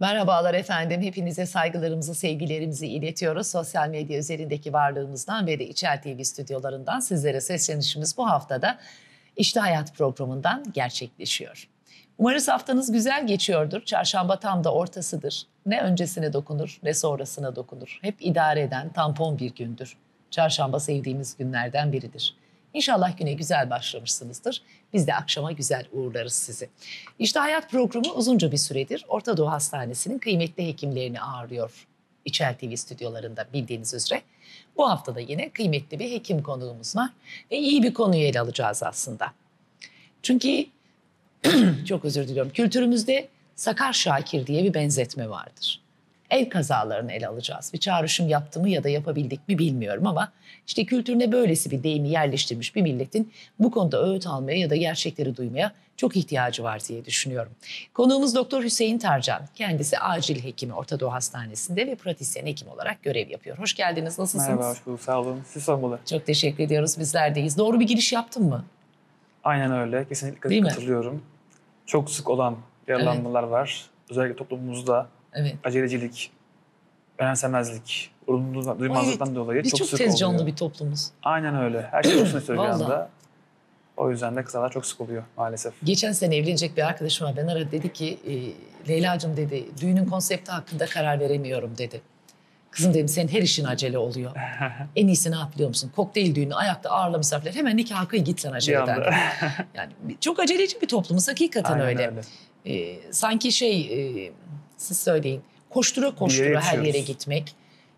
Merhabalar efendim. Hepinize saygılarımızı, sevgilerimizi iletiyoruz. Sosyal medya üzerindeki varlığımızdan ve de İçer TV stüdyolarından sizlere seslenişimiz bu haftada İşte Hayat programından gerçekleşiyor. Umarız haftanız güzel geçiyordur. Çarşamba tam da ortasıdır. Ne öncesine dokunur ne sonrasına dokunur. Hep idare eden tampon bir gündür. Çarşamba sevdiğimiz günlerden biridir. İnşallah güne güzel başlamışsınızdır. Biz de akşama güzel uğurlarız sizi. İşte Hayat programı uzunca bir süredir Orta Doğu Hastanesi'nin kıymetli hekimlerini ağırlıyor. İçer TV stüdyolarında bildiğiniz üzere. Bu hafta da yine kıymetli bir hekim konuğumuz var. Ve iyi bir konuyu ele alacağız aslında. Çünkü çok özür diliyorum. Kültürümüzde Sakar Şakir diye bir benzetme vardır. El kazalarını ele alacağız. Bir çağrışım yaptı mı ya da yapabildik mi bilmiyorum ama işte kültürüne böylesi bir deyimi yerleştirmiş bir milletin bu konuda öğüt almaya ya da gerçekleri duymaya çok ihtiyacı var diye düşünüyorum. Konuğumuz Doktor Hüseyin Tarcan. Kendisi acil hekimi Orta Doğu Hastanesi'nde ve pratisyen hekim olarak görev yapıyor. Hoş geldiniz. Nasılsınız? Merhaba, hoş bulduk. Sağ olun. Siz sormalı. Çok teşekkür ediyoruz. Bizlerdeyiz. Doğru bir giriş yaptın mı? Aynen öyle. Kesinlikle Değil mi? katılıyorum. Çok sık olan yaralanmalar var. Özellikle toplumumuzda Evet. acelecilik, önemsemezlik, duymazlıktan dolayı Biz çok çok sık tez canlı oluyor. bir toplumuz. Aynen öyle. Her şey olsun istiyor bir Vallahi. anda. O yüzden de kazalar çok sık oluyor maalesef. Geçen sene evlenecek bir arkadaşım var. Ben aradı, dedi ki Leyla'cığım dedi düğünün konsepti hakkında karar veremiyorum dedi. Kızım dedim senin her işin acele oluyor. En iyisi ne yap biliyor musun? Kokteyl düğünü, ayakta ağırla misafirler. Hemen nikah kıy git sen Bir aceleden. anda. Yani çok aceleci bir toplumuz hakikaten Aynen öyle. Sanki siz söyleyin, koştura koştura her yere yetişiyoruz. gitmek,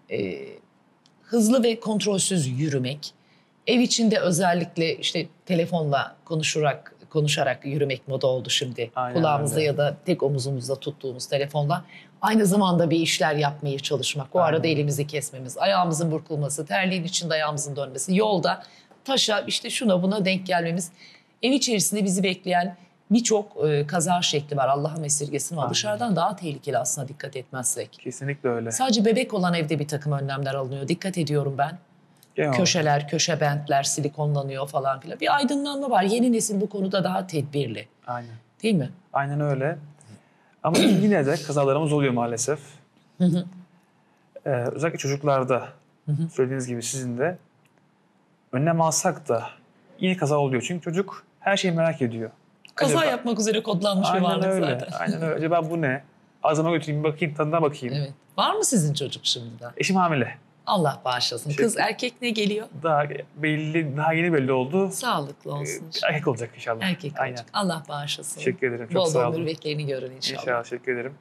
hızlı ve kontrolsüz yürümek, ev içinde özellikle işte telefonla konuşarak yürümek moda oldu şimdi. Aynen Kulağımızda öyle. ya da tek omuzumuzda tuttuğumuz telefonla aynı zamanda bir işler yapmaya çalışmak. O arada Aynen. elimizi kesmemiz, ayağımızın burkulması, terliğin içinde ayağımızın dönmesi, yolda taşa işte şuna buna denk gelmemiz. Ev içerisinde bizi bekleyen birçok kaza şekli var. Allah'ım esirgesin ama Aynen. dışarıdan daha tehlikeli aslında dikkat etmezsek. Kesinlikle öyle. Sadece bebek olan evde bir takım önlemler alınıyor. Dikkat ediyorum ben. Genel olarak. Köşeler, köşe bentler silikonlanıyor falan filan. Bir aydınlanma var. Yeni nesil bu konuda daha tedbirli. Aynen. Değil mi? Aynen öyle. Ama yine de kazalarımız oluyor maalesef. Özellikle çocuklarda söylediğiniz gibi sizin de önlem alsak da yine kaza oluyor. Çünkü çocuk her şeyi merak ediyor. Kaza Acaba- yapmak üzere kodlanmış bir Aynen varlık öyle. zaten. Aynen öyle. Acaba bu ne? Ağzıma götüreyim, bakayım, tadına bakayım. Evet. Var mı sizin çocuk şimdiden? Eşim hamile. Allah bağışlasın. Teşekkür Kız erkek ne geliyor? Daha yeni belli oldu. Sağlıklı olsun. Erkek olacak inşallah. Erkek Aynen. olacak. Allah bağışlasın. Teşekkür ederim. Çok Bol sağ bol olun. mürüvvetlerini görün inşallah. İnşallah. Teşekkür ederim.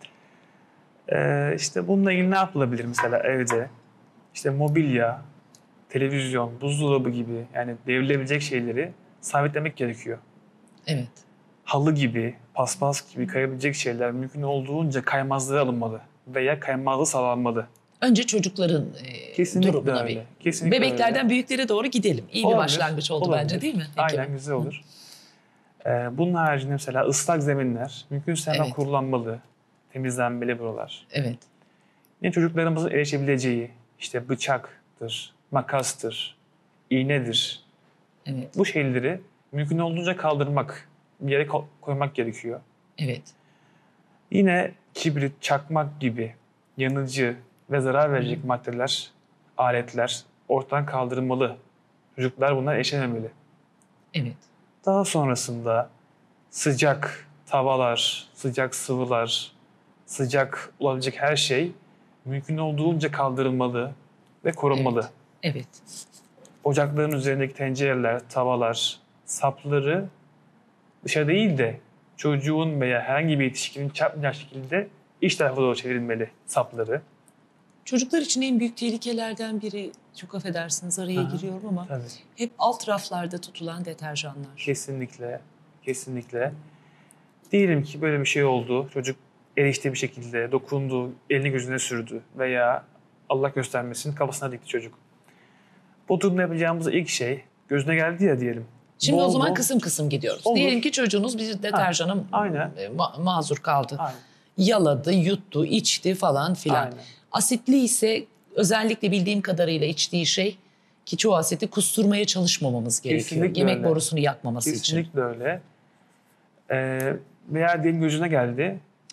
İşte bununla ilgili ne yapılabilir mesela evde? İşte mobilya, televizyon, buzdolabı gibi yani devrilebilecek şeyleri sabitlemek gerekiyor. Evet. Halı gibi, paspas gibi kayabilecek şeyler mümkün olduğunca kaymazlığa alınmalı veya kaymazlığı sağlanmalı. Önce çocukların Kesinlikle durumuna öyle. bir. Kesinlikle Bebeklerden öyle. büyüklere doğru gidelim. İyi bir Olabilir, başlangıç oldu olabilir. bence değil mi? Aynen Hekime? güzel olur. Bunun haricinde mesela ıslak zeminler mümkünse hemen Evet. kurulanmalı, temizlenmeli buralar. Evet. Yine çocuklarımızın erişebileceği işte bıçaktır, makastır, iğnedir. Evet. Bu şeyleri mümkün olduğunca kaldırmak, bir yere koymak gerekiyor. Evet. Yine kibrit, çakmak gibi yanıcı ve zarar verecek maddeler, aletler ortadan kaldırılmalı. Çocuklar bunlar erişememeli. Evet. Daha sonrasında sıcak tavalar, sıcak sıvılar, sıcak olabilecek her şey mümkün olduğunca kaldırılmalı ve korunmalı. Evet. Ocakların üzerindeki tencereler, tavalar, sapları dışarı değil de çocuğun veya herhangi bir yetişkinin çarpmayacak şekilde iç tarafa doğru çevrilmeli sapları. Çocuklar için en büyük tehlikelerden biri, çok affedersiniz araya Aha. giriyorum ama Tabii. hep alt raflarda tutulan deterjanlar. Kesinlikle, kesinlikle. Diyelim ki böyle bir şey oldu. Çocuk erişti bir şekilde, dokundu, elini gözüne sürdü veya Allah göstermesin kafasına dikti çocuk. Bu durumda yapacağımız ilk şey gözüne geldi ya diyelim. Şimdi o Bol zaman bol- kısım kısım gidiyoruz. Olur. Diyelim ki çocuğunuz bir deterjana aynen. mazur kaldı. Aynen. Yaladı, yuttu, içti falan filan. Aynen. Asitli ise özellikle bildiğim kadarıyla içtiği şey ki çoğu asiti kusturmaya çalışmamamız gerekiyor. Kesinlikle Yemek öyle. borusunu yakmaması için. Kesinlikle öyle. Veya diyelim gözüne geldi.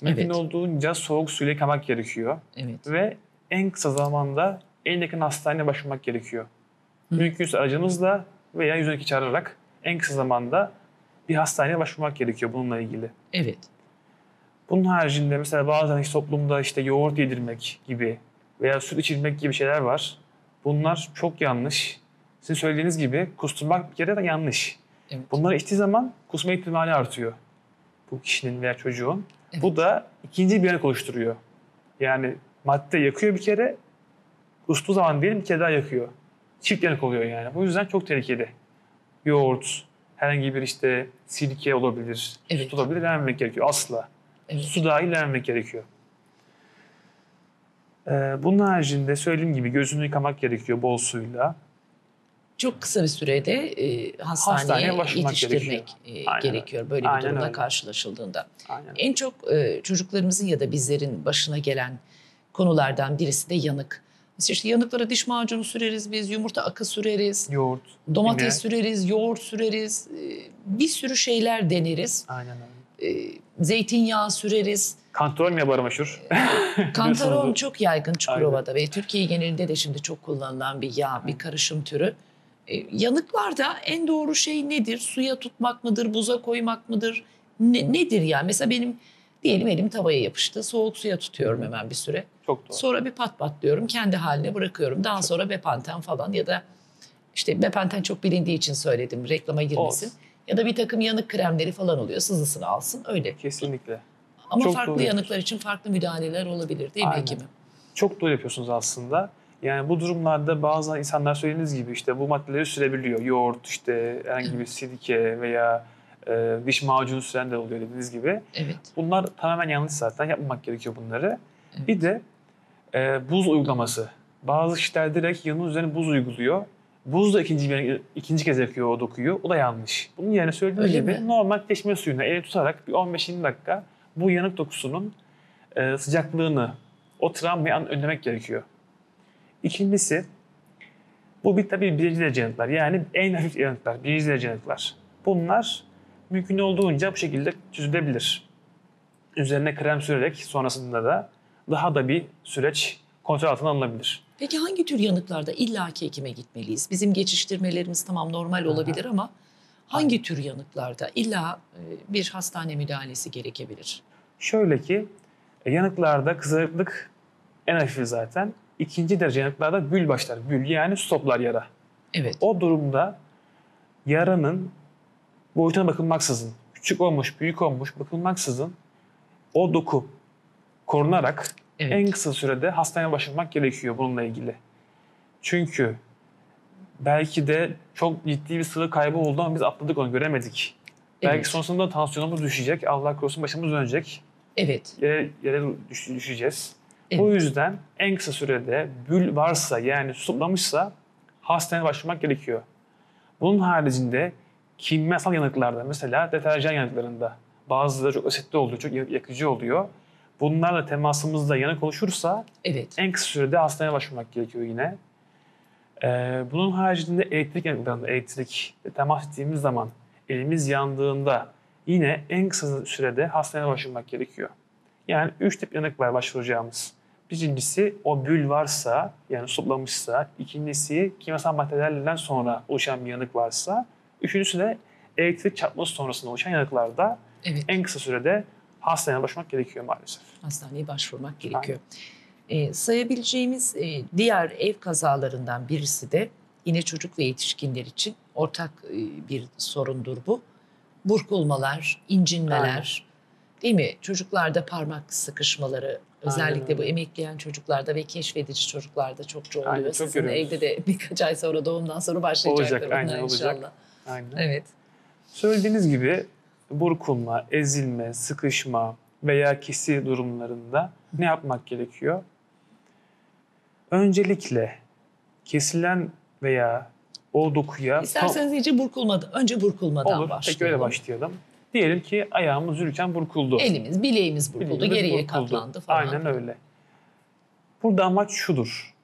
Mümkün Evet. olduğunca soğuk suyla yıkamak gerekiyor. Evet. Ve en kısa zamanda en yakın hastaneye başvurmak gerekiyor. Hı. Mümkünse aracınızla veya 112 çağırarak en kısa zamanda bir hastaneye başvurmak gerekiyor bununla ilgili. Evet. Bunun haricinde mesela bazen işte toplumda işte yoğurt yedirmek gibi veya süt içirmek gibi şeyler var. Bunlar çok yanlış. Sizin söylediğiniz gibi kusturmak bir kere de yanlış. Evet. Bunları içtiği zaman kusma ihtimali artıyor. Bu kişinin veya çocuğun. Evet. Bu da ikinci bir yanık oluşturuyor. Yani madde yakıyor bir kere, kustuğu zaman değil bir kere daha yakıyor. Çift yanık oluyor yani. Bu yüzden çok tehlikeli. Yoğurt, herhangi bir işte sirke olabilir, Evet. süt olabilir, vermemek gerekiyor asla. Evet. Su dahil vermemek gerekiyor. Bunun haricinde söylediğim gibi gözünü yıkamak gerekiyor bol suyla. Çok kısa bir sürede hastaneye Hastaneye başvurmak yetiştirmek Aynen gerekiyor böyle bir Aynen durumla öyle. karşılaşıldığında. Aynen. En çok çocuklarımızın ya da bizlerin başına gelen konulardan birisi de yanık. Mesela işte yanıklara diş macunu süreriz biz, yumurta akı süreriz, Yoğurt, domates yine. süreriz, yoğurt süreriz, bir sürü şeyler deneriz. Aynen öyle. Zeytinyağı süreriz. Kantaron yaparı meşhur. Kantaron Biliyorsunuz. çok yaygın Aynen. Çukurova'da ve Türkiye genelinde de şimdi çok kullanılan bir yağ, bir karışım türü. Yanıklarda en doğru şey nedir? Suya tutmak mıdır, buza koymak mıdır? Nedir yani? Mesela benim diyelim elim tavaya yapıştı. Soğuk suya tutuyorum hemen bir süre. Çok doğru. Sonra bir pat pat diyorum. Kendi haline bırakıyorum. Daha sonra Bepanten falan ya da işte Bepanten çok bilindiği için söyledim. Reklama girmesin. Olsun. Ya da bir takım yanık kremleri falan oluyor. Sızısını alsın öyle. Kesinlikle. Ama Çok farklı doğru yanıklar için farklı müdahaleler olabilir değil mi Aynen. hekimim? Çok doğru yapıyorsunuz aslında. Yani bu durumlarda bazı insanlar söylediğiniz gibi işte bu maddeleri sürebiliyor. Yoğurt, işte herhangi bir sirke veya diş macunu süren de oluyor dediğiniz gibi. Evet. Bunlar tamamen yanlış zaten. Yapmamak gerekiyor bunları. Evet. Bir de buz uygulaması. Bazı kişiler direkt yanın üzerine buz uyguluyor. Buz da ikinci kez yakıyor o dokuyu. O da yanlış. Bunun yerine söylediğim Öyle gibi mi? normal çeşme suyuna eli tutarak bir 15-20 dakika bu yanık dokusunun sıcaklığını, o travmayı önlemek gerekiyor. İkincisi, bu tabii birinci derece yanıklar. Yani en hafif yanıklar, birinci derece yanıklar. Bunlar mümkün olduğunca bu şekilde çözülebilir. Üzerine krem sürerek sonrasında da daha da bir süreç kontrol altına alınabilir. Peki hangi tür yanıklarda illaki hekime gitmeliyiz? Bizim geçiştirmelerimiz tamam normal olabilir ama hangi tür yanıklarda illa bir hastane müdahalesi gerekebilir? Şöyle ki, yanıklarda kızarıklık en hafifi zaten. İkinci derece yanıklarda bül başlar. Bül yani stoplar yara. Evet. O durumda yaranın boyutuna bakılmaksızın, küçük olmuş, büyük olmuş bakılmaksızın o doku korunarak Evet. en kısa sürede hastaneye başvurmak gerekiyor bununla ilgili. Çünkü belki de çok ciddi bir sıvı kaybı oldu ama biz atladık onu, göremedik. Belki Evet. sonrasında tansiyonumuz düşecek, Allah korusun başımız dönecek, Evet. yere düşeceğiz. Evet. O yüzden en kısa sürede bül varsa yani su toplamışsa hastaneye başvurmak gerekiyor. Bunun haricinde kimyasal yanıklarda mesela deterjan yanıklarında bazıları çok asitli oluyor, çok yakıcı oluyor. Bunlarla temasımızda yanık oluşursa Evet. en kısa sürede hastaneye başvurmak gerekiyor yine. Bunun haricinde elektrik yanıklarında, elektrik temas ettiğimiz zaman elimiz yandığında yine en kısa sürede hastaneye başvurmak gerekiyor. Yani 3 tip yanık var başvuracağımız. Birincisi o bül varsa yani soplamışsa, ikincisi kimyasal maddelerden sonra oluşan bir yanık varsa, üçüncüsü de elektrik çarpması sonrasında oluşan yanıklarda Evet. en kısa sürede hastaneye başvurmak gerekiyor maalesef. Hastaneye başvurmak gerekiyor. Sayabileceğimiz diğer ev kazalarından birisi de yine çocuk ve yetişkinler için ortak bir sorundur bu. Burkulmalar, incinmeler, değil mi? Çocuklarda parmak sıkışmaları, özellikle bu öyle. emekleyen çocuklarda ve keşfedici çocuklarda çokça oluyor. Aynen, çok Sizin görüyoruz. evde de birkaç ay sonra doğumdan sonra başlayacaktır Olacak, bunlar aynen inşallah. olacak. Aynen. Evet. Söylediğiniz gibi burkulma, ezilme, sıkışma veya kesi durumlarında ne yapmak gerekiyor? Öncelikle kesilen veya o dokuya İsterseniz iyice önce burkulmadan olur. başlayalım. Peki öyle başlayalım. Diyelim ki ayağımız yürürken burkuldu. Elimiz, bileğimiz burkuldu, Bileğimiz geriye burkuldu. katlandı falan. Aynen öyle. Burada amaç şudur.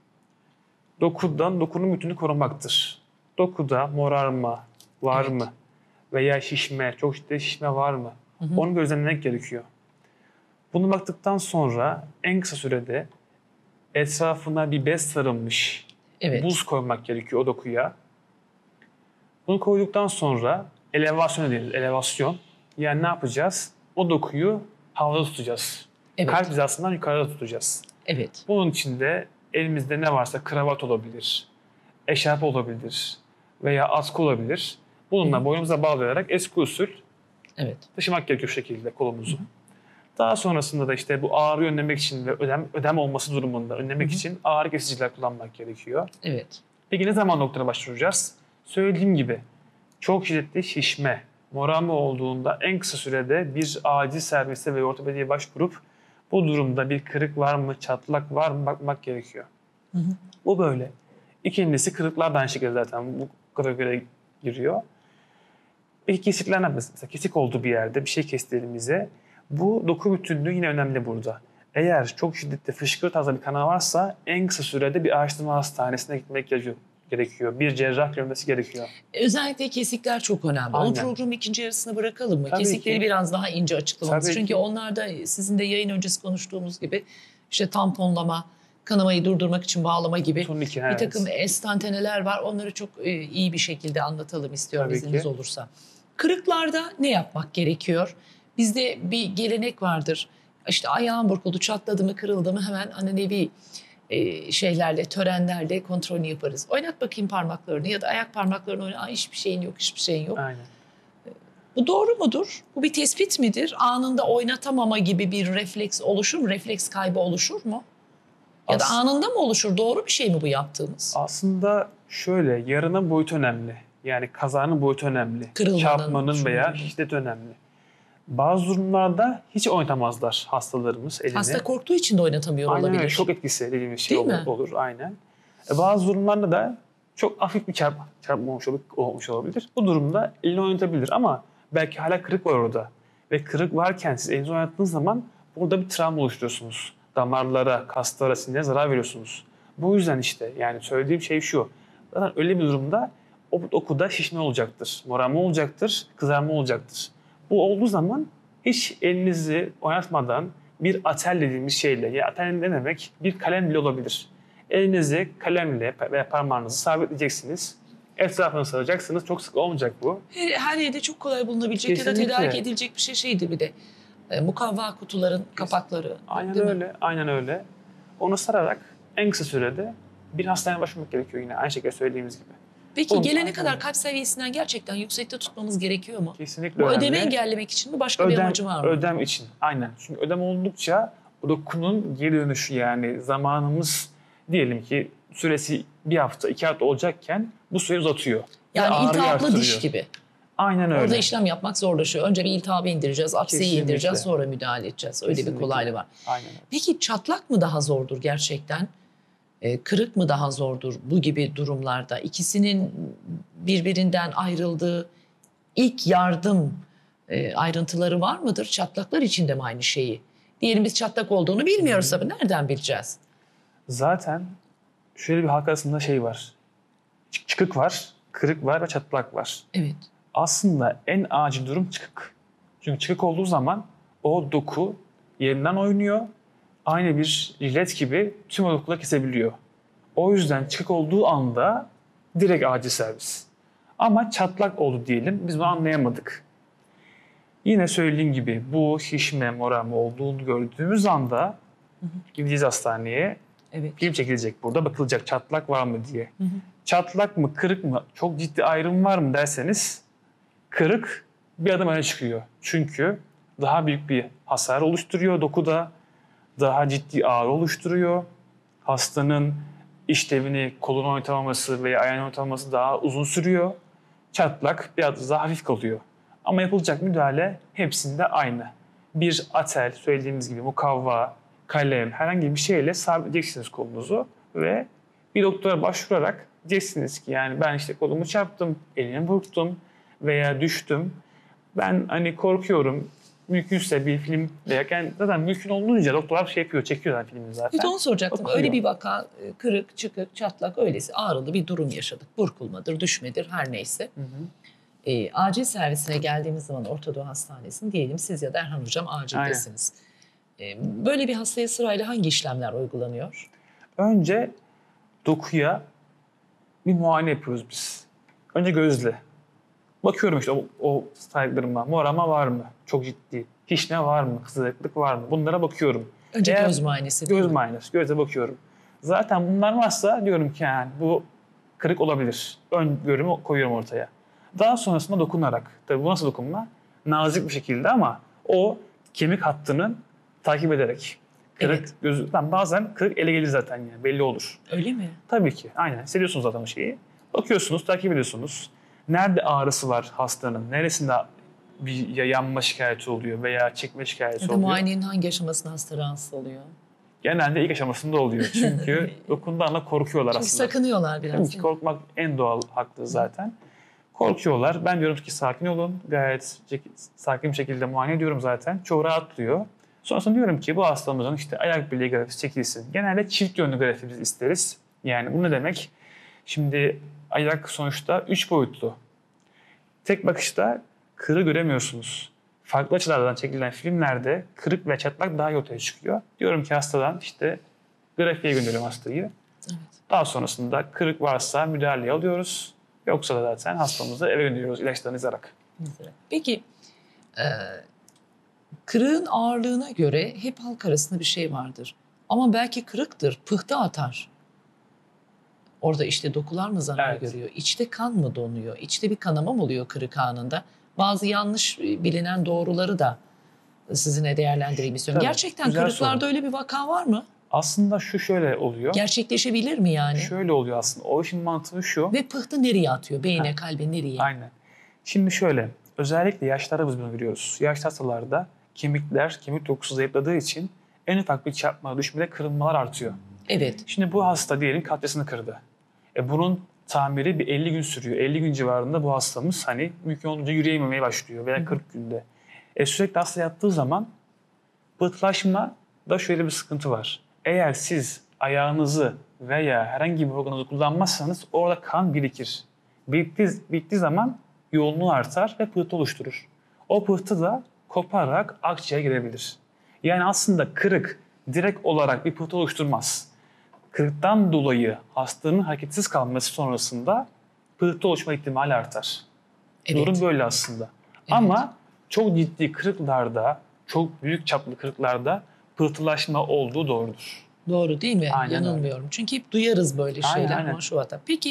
Dokunun bütünü korumaktır. Dokuda morarma var Evet. mı? Veya şişme, çok şiddetli şişme var mı? Onu gözlemlemek gerekiyor. Bunu baktıktan sonra en kısa sürede etrafına bir bez sarılmış Evet. buz koymak gerekiyor o dokuya. Bunu koyduktan sonra elevasyon ederiz. Elevasyon. Yani ne yapacağız? O dokuyu havada tutacağız. Evet. Kalp hizasından yukarıda tutacağız. Evet. Bunun için de elimizde ne varsa kravat olabilir, eşarp olabilir veya askı olabilir. Bununla boynumuza bağlayarak eski usul Evet. taşımak gerekiyor şu şekilde kolumuzu. Daha sonrasında da işte bu ağrıyı önlemek için ve ödem olması durumunda önlemek için ağrı kesiciler kullanmak gerekiyor. Evet. Peki ne zaman doktora başvuracağız? Söylediğim gibi çok şiddetli şişme, morarma olduğunda en kısa sürede bir acil servise ve ortopediye başvurup bu durumda bir kırık var mı, çatlak var mı bakmak gerekiyor. Bu böyle. İkincisi kırıklar da aynı şekilde zaten bu kategoriye giriyor. Peki kesikler ne yapacağız? Mesela kesik olduğu bir yerde bir şey kesti elimize. Bu doku bütünlüğü yine önemli burada. Eğer çok şiddetli fışkırı tarzda bir kanama varsa en kısa sürede bir araştırma hastanesine gitmek gerekiyor. Bir cerrah görmesi gerekiyor. Özellikle kesikler çok önemli. Aynen. O programın ikinci yarısına bırakalım mı? Tabii Kesikleri ki. biraz daha ince açıklamamız. Tabii Çünkü ki. onlar da sizin de yayın öncesi konuştuğumuz gibi işte tamponlama, kanamayı durdurmak için bağlama gibi Turnike, bir evet. takım estanteneler var. Onları çok iyi bir şekilde anlatalım istiyorum Tabii izniniz ki. olursa. Kırıklarda ne yapmak gerekiyor? Bizde bir gelenek vardır. İşte ayağım burkuldu, çatladı mı, kırıldı mı hemen annenevi şeylerle, törenlerle kontrolünü yaparız. Oynat bakayım parmaklarını ya da ayak parmaklarını oynat. Ay, hiçbir şeyin yok, hiçbir şeyin yok. Aynen. Bu doğru mudur? Bu bir tespit midir? Anında oynatamama gibi bir refleks oluşur mu? Refleks kaybı oluşur mu? Ya da anında mı oluşur? Doğru bir şey mi bu yaptığımız? Aslında şöyle, yarının boyutu önemli. Yani kazanın boyutu önemli. Kırılmanın, Çarpmanın veya şunun. şiddet önemli. Bazı durumlarda hiç oynatamazlar hastalarımız elini. Hasta korktuğu için de oynatamıyor Aynen olabilir. öyle. Şok etkisi dediğimiz şey Değil mi? olur. Aynen. Bazı durumlarda da çok hafif bir çarpma olmuş olabilir. Bu durumda elini oynatabilir ama belki hala kırık var orada. Ve kırık varken siz elinizi oynattığınız zaman burada bir travma oluşturuyorsunuz. Damarlara, kaslara, sinirlere zarar veriyorsunuz. Bu yüzden işte yani söylediğim şey şu. Zaten öyle bir durumda o dokuda şişme olacaktır, morarma olacaktır, kızarma olacaktır. Bu olduğu zaman hiç elinizi oynatmadan bir atel dediğimiz şeyle, ya atel ne demek? Bir kalem bile olabilir. Elinizi kalemle veya parmağınızı sabitleyeceksiniz. Etrafını saracaksınız. Çok sık olmayacak bu. Her yerde çok kolay bulunabilecek ya Kesinlikle. da tedarik edilecek bir şeydi bir de. Mukavva kutuların kapakları. Aynen değil mi? öyle, aynen öyle. Onu sararak en kısa sürede bir hastaneye başvurmak gerekiyor yine aynı şekilde söylediğimiz gibi. Peki Oğlum, gelene aynen kadar öyle. kalp seviyesinden gerçekten yüksekte tutmamız gerekiyor mu? Kesinlikle Bu önemli. ödemi engellemek için mi başka bir amacı var mı? Ödem için, aynen. Çünkü ödem oldukça o dokunun geri dönüşü yani zamanımız diyelim ki süresi 1 hafta, 2 hafta olacakken bu süre uzatıyor. Ve Yani ağrıyı iltihaplı diş arttırıyor. gibi. Aynen öyle. Orada işlem yapmak zorlaşıyor. Önce bir iltihabı indireceğiz, apseyi Kesinlikle. indireceğiz, sonra müdahale edeceğiz. Öyle bir Kesinlikle. kolaylığı var. Aynen öyle. Peki çatlak mı daha zordur gerçekten? Kırık mı daha zordur bu gibi durumlarda? İkisinin birbirinden ayrıldığı ilk yardım ayrıntıları var mıdır? Çatlaklar için de mi aynı şeyi? Diyelim biz çatlak olduğunu bilmiyoruz tabii. Nereden bileceğiz? Zaten şöyle bir halk arasında şey var. Çıkık var, kırık var ve çatlak var. Evet. Aslında en acil durum çıkık. Çünkü çıkık olduğu zaman o doku yerinden oynuyor. Aynı bir jilet gibi tüm o dokuları kesebiliyor. O yüzden çıkık olduğu anda direkt acil servis. Ama çatlak oldu diyelim, biz bunu anlayamadık. Yine söylediğim gibi bu şişme, morarma olduğunu gördüğümüz anda gideceğiz hastaneye. Evet. Film çekilecek burada, bakılacak çatlak var mı diye. Çatlak mı, kırık mı, çok ciddi ayrım var mı derseniz kırık bir adım öne çıkıyor. Çünkü daha büyük bir hasar oluşturuyor dokuda, daha ciddi ağrı oluşturuyor. Hastanın işlevini kolunu oynatamaması veya ayağını oynatamaması daha uzun sürüyor. Çatlak biraz daha hafif kalıyor. Ama yapılacak müdahale hepsinde aynı. Bir atel, söylediğimiz gibi mukavva, kalem, herhangi bir şeyle sabitleyeceksiniz kolunuzu ve bir doktora başvurarak diyeceksiniz ki yani ben işte kolumu çarptım, elimi burktum veya düştüm. Ben hani korkuyorum. Mümkünse bir film veya yani zaten mümkün olduğunca doktorlar şey yapıyor, çekiyorlar filmi zaten. Bir de onu soracaktım. Bakıyor. Öyle bir vaka kırık, çıkık, çatlak öylesi ağrılı bir durum yaşadık. Burkulmadır, düşmedir her neyse. Acil servisine geldiğimiz zaman Orta Doğu Hastanesi'nin diyelim siz ya da Erhan Hocam acildesiniz. Böyle bir hastaya sırayla hangi işlemler uygulanıyor? Önce dokuya bir muayene yapıyoruz biz. Önce gözle. Bakıyorum işte o saydıklarıma. Morama var mı? Çok ciddi. Hişne var mı? Kızarıklık var mı? Bunlara bakıyorum. Önce Eğer göz muayenesi değil göz mi? muayenesi. Göze bakıyorum. Zaten bunlar varsa diyorum ki yani bu kırık olabilir. Ön görümü koyuyorum ortaya. Daha sonrasında dokunarak. Tabii bu nasıl dokunma? Nazik bir şekilde ama o kemik hattını takip ederek. Kırık Evet. gözünden bazen kırık ele gelir zaten yani belli olur. Öyle mi? Tabii ki. Aynen. Hissediyorsunuz zaten o şeyi. Bakıyorsunuz, takip ediyorsunuz. Nerede ağrısı var hastanın? Neresinde bir yanma şikayeti oluyor veya çekme şikayeti Ya da oluyor? muayenenin hangi aşamasında hasta rahatsız oluyor? Genelde ilk aşamasında oluyor. Çünkü dokunduğu anda korkuyorlar Çünkü aslında. sakınıyorlar biraz. Tabii ki korkmak en doğal hakkı zaten. Korkuyorlar. Ben diyorum ki sakin olun. Gayet sakin bir şekilde muayene ediyorum zaten. Çoğu rahatlıyor. Sonrasında diyorum ki bu hastamızın işte ayak bileği grafisi çekilsin. Genelde çift yönlü grafi biz isteriz. Yani bu ne demek? Şimdi ayak sonuçta 3 boyutlu. Tek bakışta kırığı göremiyorsunuz. Farklı açılardan çekilen filmlerde kırık ve çatlak daha iyi ortaya çıkıyor. Diyorum ki hastadan işte grafiğe gönderiyorum hastayı. Evet. Daha sonrasında kırık varsa müdahaleye alıyoruz. Yoksa da zaten hastamızı eve gönderiyoruz ilaçlarını yazarak. Peki kırığın ağırlığına göre hep halk arasında bir şey vardır. Ama belki kırıktır, pıhtı atar. Orada işte dokular mı zarar Evet. görüyor? İçte kan mı donuyor? İçte bir kanama mı oluyor kırık anında? Bazı yanlış bilinen doğruları da sizinle değerlendireyim istiyorum. Tabii, Gerçekten güzel kırıklarda soru. öyle bir vaka var mı? Aslında şu şöyle oluyor. Gerçekleşebilir mi yani? Şöyle oluyor aslında. O işin mantığı şu. Ve pıhtı nereye atıyor? Beyne, kalbe nereye? Aynen. Şimdi şöyle. Özellikle yaşlarda biz bunu görüyoruz. Yaşlı hastalarda kemik dokusu zayıfladığı için en ufak bir çarpma, düşmede kırılmalar artıyor. Evet. Şimdi bu hasta diyelim kalçasını kırdı. Bunun tamiri bir 50 gün sürüyor. 50 gün civarında bu hastamız hani mümkün olduğunca yürüyememeye başlıyor veya 40 günde. Sürekli hasta yattığı zaman pıhtılaşma da şöyle bir sıkıntı var. Eğer siz ayağınızı veya herhangi bir organınızı kullanmazsanız orada kan birikir. Bittiği zaman yoğunluğu artar ve pıhtı oluşturur. O pıhtı da koparak akciğere girebilir. Yani aslında kırık direkt olarak bir pıhtı oluşturmaz. Kırıktan dolayı hastanın hareketsiz kalması sonrasında pıhtı oluşma ihtimali artar. Evet. Durum böyle aslında. Evet. Ama çok ciddi kırıklarda, çok büyük çaplı kırıklarda pıhtılaşma olduğu doğrudur. Doğru değil mi? Aynen Yanılmıyorum. Çünkü hep duyarız böyle Aynen, şeyler aynen. ama şu hata. Peki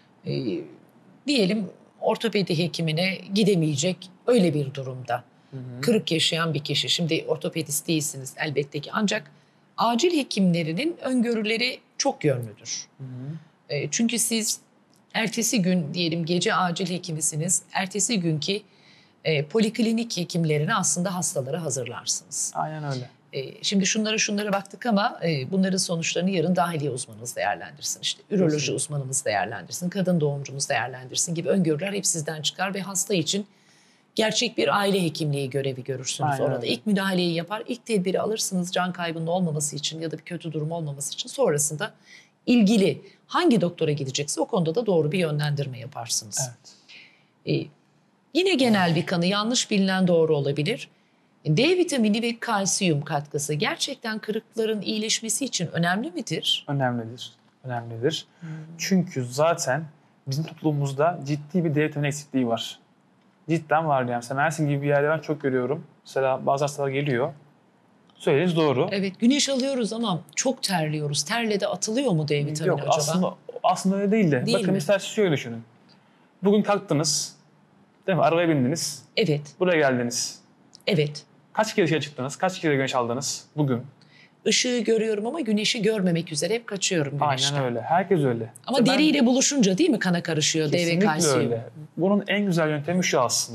diyelim ortopedi hekimine gidemeyecek öyle bir durumda. Kırık yaşayan bir kişi. Şimdi ortopedist değilsiniz elbette ki. Ancak acil hekimlerinin öngörüleri çok yönlüdür. Çünkü siz ertesi gün diyelim gece acil hekimisiniz. Ertesi günkü poliklinik hekimlerine aslında hastaları hazırlarsınız. Aynen öyle. Şimdi şunlara baktık ama bunların sonuçlarını yarın dahiliye uzmanımız değerlendirsin. İşte üroloji Kesinlikle. uzmanımız değerlendirsin, kadın doğumcumuz değerlendirsin gibi öngörüler hep sizden çıkar ve hasta için gerçek bir aile hekimliği görevi görürsünüz Aynen orada. öyle. İlk müdahaleyi yapar, ilk tedbiri alırsınız can kaybının olmaması için ya da bir kötü durum olmaması için. Sonrasında ilgili hangi doktora gidecekse o konuda da doğru bir yönlendirme yaparsınız. Evet. Yine genel bir kanı yanlış bilinen doğru olabilir. D vitamini ve kalsiyum katkısı gerçekten kırıkların iyileşmesi için önemli midir? Önemlidir. Önemlidir. Çünkü zaten bizim toplumumuzda ciddi bir D vitamini eksikliği var. Cidden var yani. Mesela Mersin gibi bir yerde ben çok görüyorum. Mesela bazı hastalar geliyor. Söylediğiniz doğru. Evet, güneş alıyoruz ama çok terliyoruz. Terle de atılıyor mu D vitamini Yok acaba? aslında öyle değil de. Değil Bakın mi? mesela şöyle düşünün. Bugün kalktınız. Değil mi? Arabaya bindiniz. Evet, Buraya geldiniz. evet. Kaç kere dışarı çıktınız? Kaç kere güneş aldınız bugün? Işığı görüyorum ama güneşi görmemek üzere hep kaçıyorum güneşten. Aynen öyle. Herkes öyle. Ama İşte ben- deriyle buluşunca değil mi kana karışıyor D ve Kesinlikle kalsiyum? öyle. Bunun en güzel yöntemi şu aslında.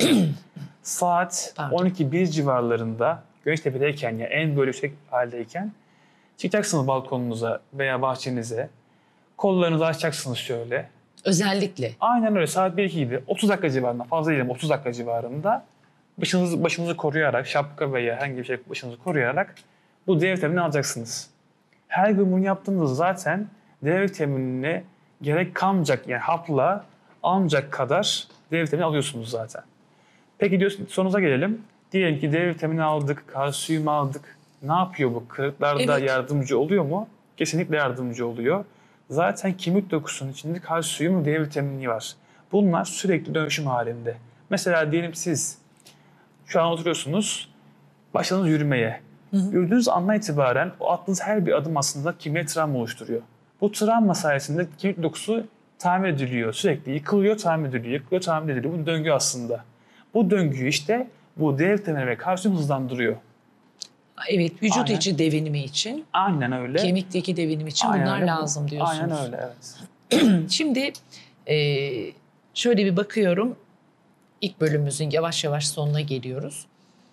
Saat Pardon. 12-1 civarlarında Güneştepe'deyken ya en böyle yüksek haldeyken çıkacaksınız balkonunuza veya bahçenize. Kollarınızı açacaksınız şöyle. Özellikle. Aynen öyle saat 1-2 gibi 30 dakika civarında fazla değil 30 dakika civarında başınızı koruyarak şapka veya herhangi bir şey başınızı koruyarak bu D vitaminini alacaksınız. Her gün bunu yaptığınızda zaten D vitaminine gerek kalmayacak yani hapla almayacak kadar D vitamini alıyorsunuz zaten. Peki diyorsun sonunuza gelelim. Diyelim ki D vitamini aldık, kalsiyum aldık. Ne yapıyor bu? Kırıklarda Evet. yardımcı oluyor mu? Kesinlikle yardımcı oluyor. Zaten kemik dokusunun içinde kalsiyum ve D vitamini var. Bunlar sürekli dönüşüm halinde. Mesela diyelim siz şu an oturuyorsunuz, başladınız yürümeye. Yürüdüğünüz andan itibaren o attığınız her bir adım aslında kemiğe travma oluşturuyor. Bu travma sayesinde kemik dokusu tamir ediliyor. Sürekli yıkılıyor, tamir ediliyor, yıkılıyor, tamir ediliyor. Bu döngü aslında. Bu döngüyü işte bu D vitamini ve kalsiyum hızlandırıyor. Evet, vücut Aynen. içi devinimi için, Aynen öyle. kemikteki devinim için Aynen bunlar öyle. lazım diyorsunuz. Aynen öyle, evet. Şimdi şöyle bir bakıyorum. İlk bölümümüzün yavaş yavaş sonuna geliyoruz.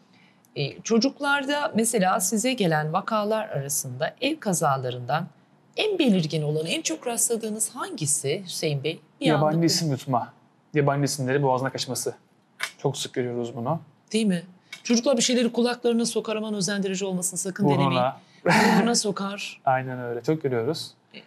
Çocuklarda mesela size gelen vakalar arasında ev kazalarından en belirgin olan, en çok rastladığınız hangisi Hüseyin Bey? Bir Yabancı anda- isim yutma. Yabancı isimleri boğazına kaçması. Çok sık görüyoruz bunu. Değil mi? Çocuklar bir şeyleri kulaklarına sokar, aman özendirici olmasın, sakın denemeyin. Burnuna. Burnuna sokar. Aynen öyle. Çok görüyoruz.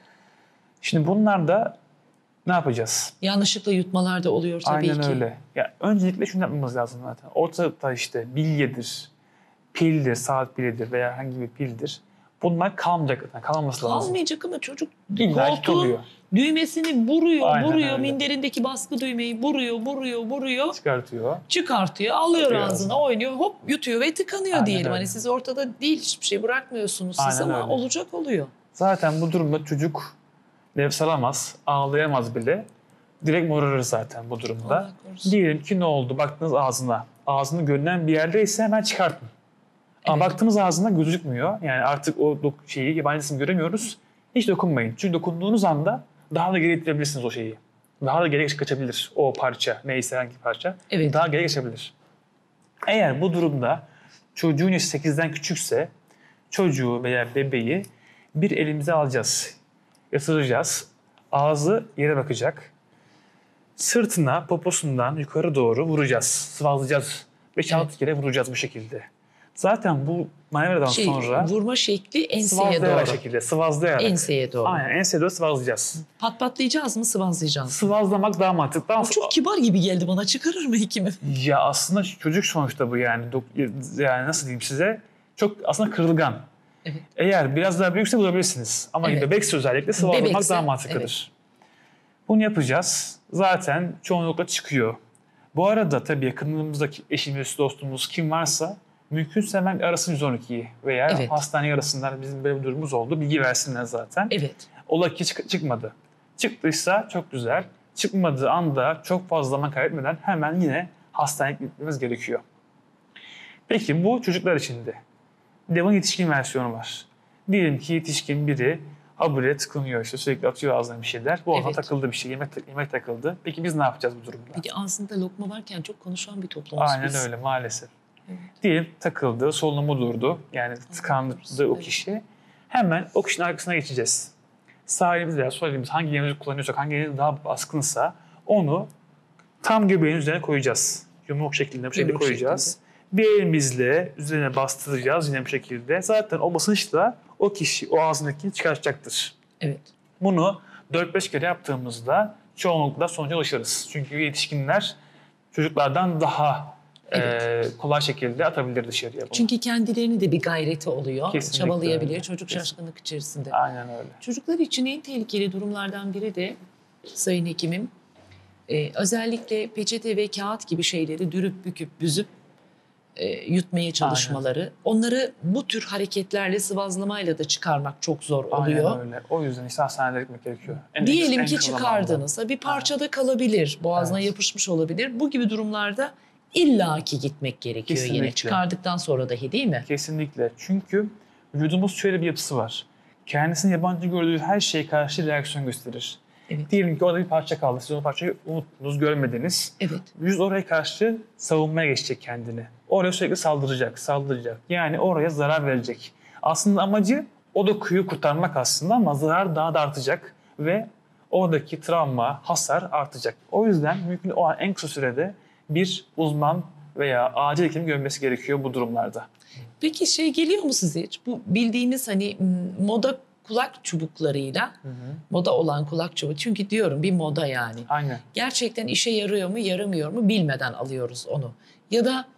Şimdi bunlar da ne yapacağız? Yanlışlıkla yutmalar da oluyor tabii Aynen ki. öyle. Ya öncelikle şunu yapmamız lazım zaten. Ortada işte bilyedir, pildir, saat pilidir veya herhangi bir pildir. Bunlar kalmayacak zaten. Kalmaması lazım. Kalmayacak ama çocuk İlla ki koltuğun kalıyor. düğmesini vuruyor, Aynen vuruyor. öyle. Minderindeki baskı düğmeyi vuruyor. Çıkartıyor. Çıkartıyor, alıyor Atıyor ağzına, ağzına. oynuyor, hop yutuyor ve tıkanıyor Aynen diyelim. öyle. Hani siz ortada değil, hiçbir şey bırakmıyorsunuz siz Aynen ama öyle. olacak oluyor. Zaten bu durumda çocuk nefes alamaz, ağlayamaz bile. Direkt morarır zaten bu durumda. Allah korusun. Diyelim ki ne oldu? Baktınız ağzına. Ağzını görünen bir yerdeyse hemen çıkartın. Ama Evet. baktığımız ağzına gözükmüyor. Yani artık o şeyi, yabancı isim göremiyoruz. Hiç dokunmayın. Çünkü dokunduğunuz anda daha da geri itirebilirsiniz o şeyi. Daha da geri kaçabilir o parça. Neyse hangi parça. Evet. Daha geri geçebilir. Eğer bu durumda çocuğun yaşı 8'den küçükse çocuğu veya bebeği bir elimize alacağız. Yatıracağız. Ağzı yere bakacak. Sırtına, poposundan yukarı doğru vuracağız. Sıvazlayacağız. 5-6 kere vuracağız bu şekilde. Zaten bu manevradan sonra Vurma şekli enseye sıvazlayarak doğru. şekilde, sıvazlayarak. Enseye doğru. Aynen, enseye doğru sıvazlayacağız. Patlayacağız mı, sıvazlayacağız mı? Sıvazlamak daha mantıklı. Daha Bu çok kibar gibi geldi bana. Çıkarır mı hekimi? Ya aslında çocuk sonuçta bu yani. Yani nasıl diyeyim size? Çok aslında kırılgan. Evet. Eğer biraz daha büyükse bulabilirsiniz. Ama Evet. bebekse özellikle sıvazlamak Bebekse, daha mantıklıdır. Bunu yapacağız. Zaten çoğunlukla çıkıyor. Bu arada tabii yakınlığımızdaki eşimiz, dostumuz kim varsa mümkünse hemen arasın 112'yi veya Evet. hastane arasınlar, bizim böyle bir durumumuz oldu. Bilgi versinler zaten. Evet. Ola ki çıkmadı. Çıktıysa çok güzel. Çıkmadığı anda çok fazla zaman kaybetmeden hemen yine hastaneye gitmemiz gerekiyor. Peki bu çocuklar içinde. Bir de bunun yetişkin versiyonu var. Diyelim ki yetişkin biri habire tıkınıyor, işte sürekli atıyor ağzına bir şeyler. Bu ağzına Evet. takıldı bir şey, yemek takıldı. Peki biz ne yapacağız bu durumda? Peki ağzında lokma varken çok konuşan bir toplumuz Aynen biz. öyle maalesef. Evet. Diyelim takıldı, solunumu durdu. Yani tıkandı o kişi. Hemen o kişinin arkasına geçeceğiz. Sağ elimiz veya sol elimiz hangi elimizi kullanıyorsak, hangi elimiz daha baskınsa onu tam göbeğin üzerine koyacağız. Yumruk şeklinde bu şekilde Yumruk koyacağız. Bir elimizle üzerine bastıracağız yine bu şekilde. Zaten o basınçla o kişi o ağzındakini çıkartacaktır. Evet. Bunu 4-5 kere yaptığımızda çoğunlukla sonuca ulaşırız. Çünkü yetişkinler çocuklardan daha Evet. kolay şekilde atabilir dışarıya bunu. Çünkü kendilerinin de bir gayreti oluyor. Kesinlikle Çabalayabiliyor. öyle. Çocuk Kesin. şaşkınlık içerisinde. Aynen öyle. Çocuklar için en tehlikeli durumlardan biri de Sayın Hekimim, özellikle peçete ve kağıt gibi şeyleri dürüp büküp büzüp yutmaya çalışmaları. Onları bu tür hareketlerle, sıvazlamayla da çıkarmak çok zor oluyor. Aynen öyle. O yüzden işte hastanede gitmek gerekiyor. Diyelim en ki kısa zamanda. çıkardınız. Bir parçada kalabilir, boğazına Evet. yapışmış olabilir. Bu gibi durumlarda illaki gitmek gerekiyor yine. Kesinlikle. Çıkardıktan sonra dahi, değil mi? Kesinlikle. Çünkü vücudumuz şöyle bir yapısı var. Kendisini yabancı gördüğü her şeye karşı reaksiyon gösterir. Evet. Diyelim ki orada bir parça kaldı. Siz o parçayı unuttunuz, görmediniz. Evet. Vücut oraya karşı savunmaya geçecek kendini. Oraya sürekli saldıracak. Yani oraya zarar verecek. Aslında amacı o dokuyu kurtarmak aslında ama zarar daha da artacak ve oradaki travma, hasar artacak. O yüzden mümkün o an en kısa sürede bir uzman veya acil hekim görmesi gerekiyor bu durumlarda. Peki şey geliyor mu size hiç? Bu bildiğimiz hani moda kulak çubuklarıyla, moda olan kulak çubuğu. Çünkü diyorum bir moda yani. Aynen. Gerçekten işe yarıyor mu, yaramıyor mu bilmeden alıyoruz onu. Ya da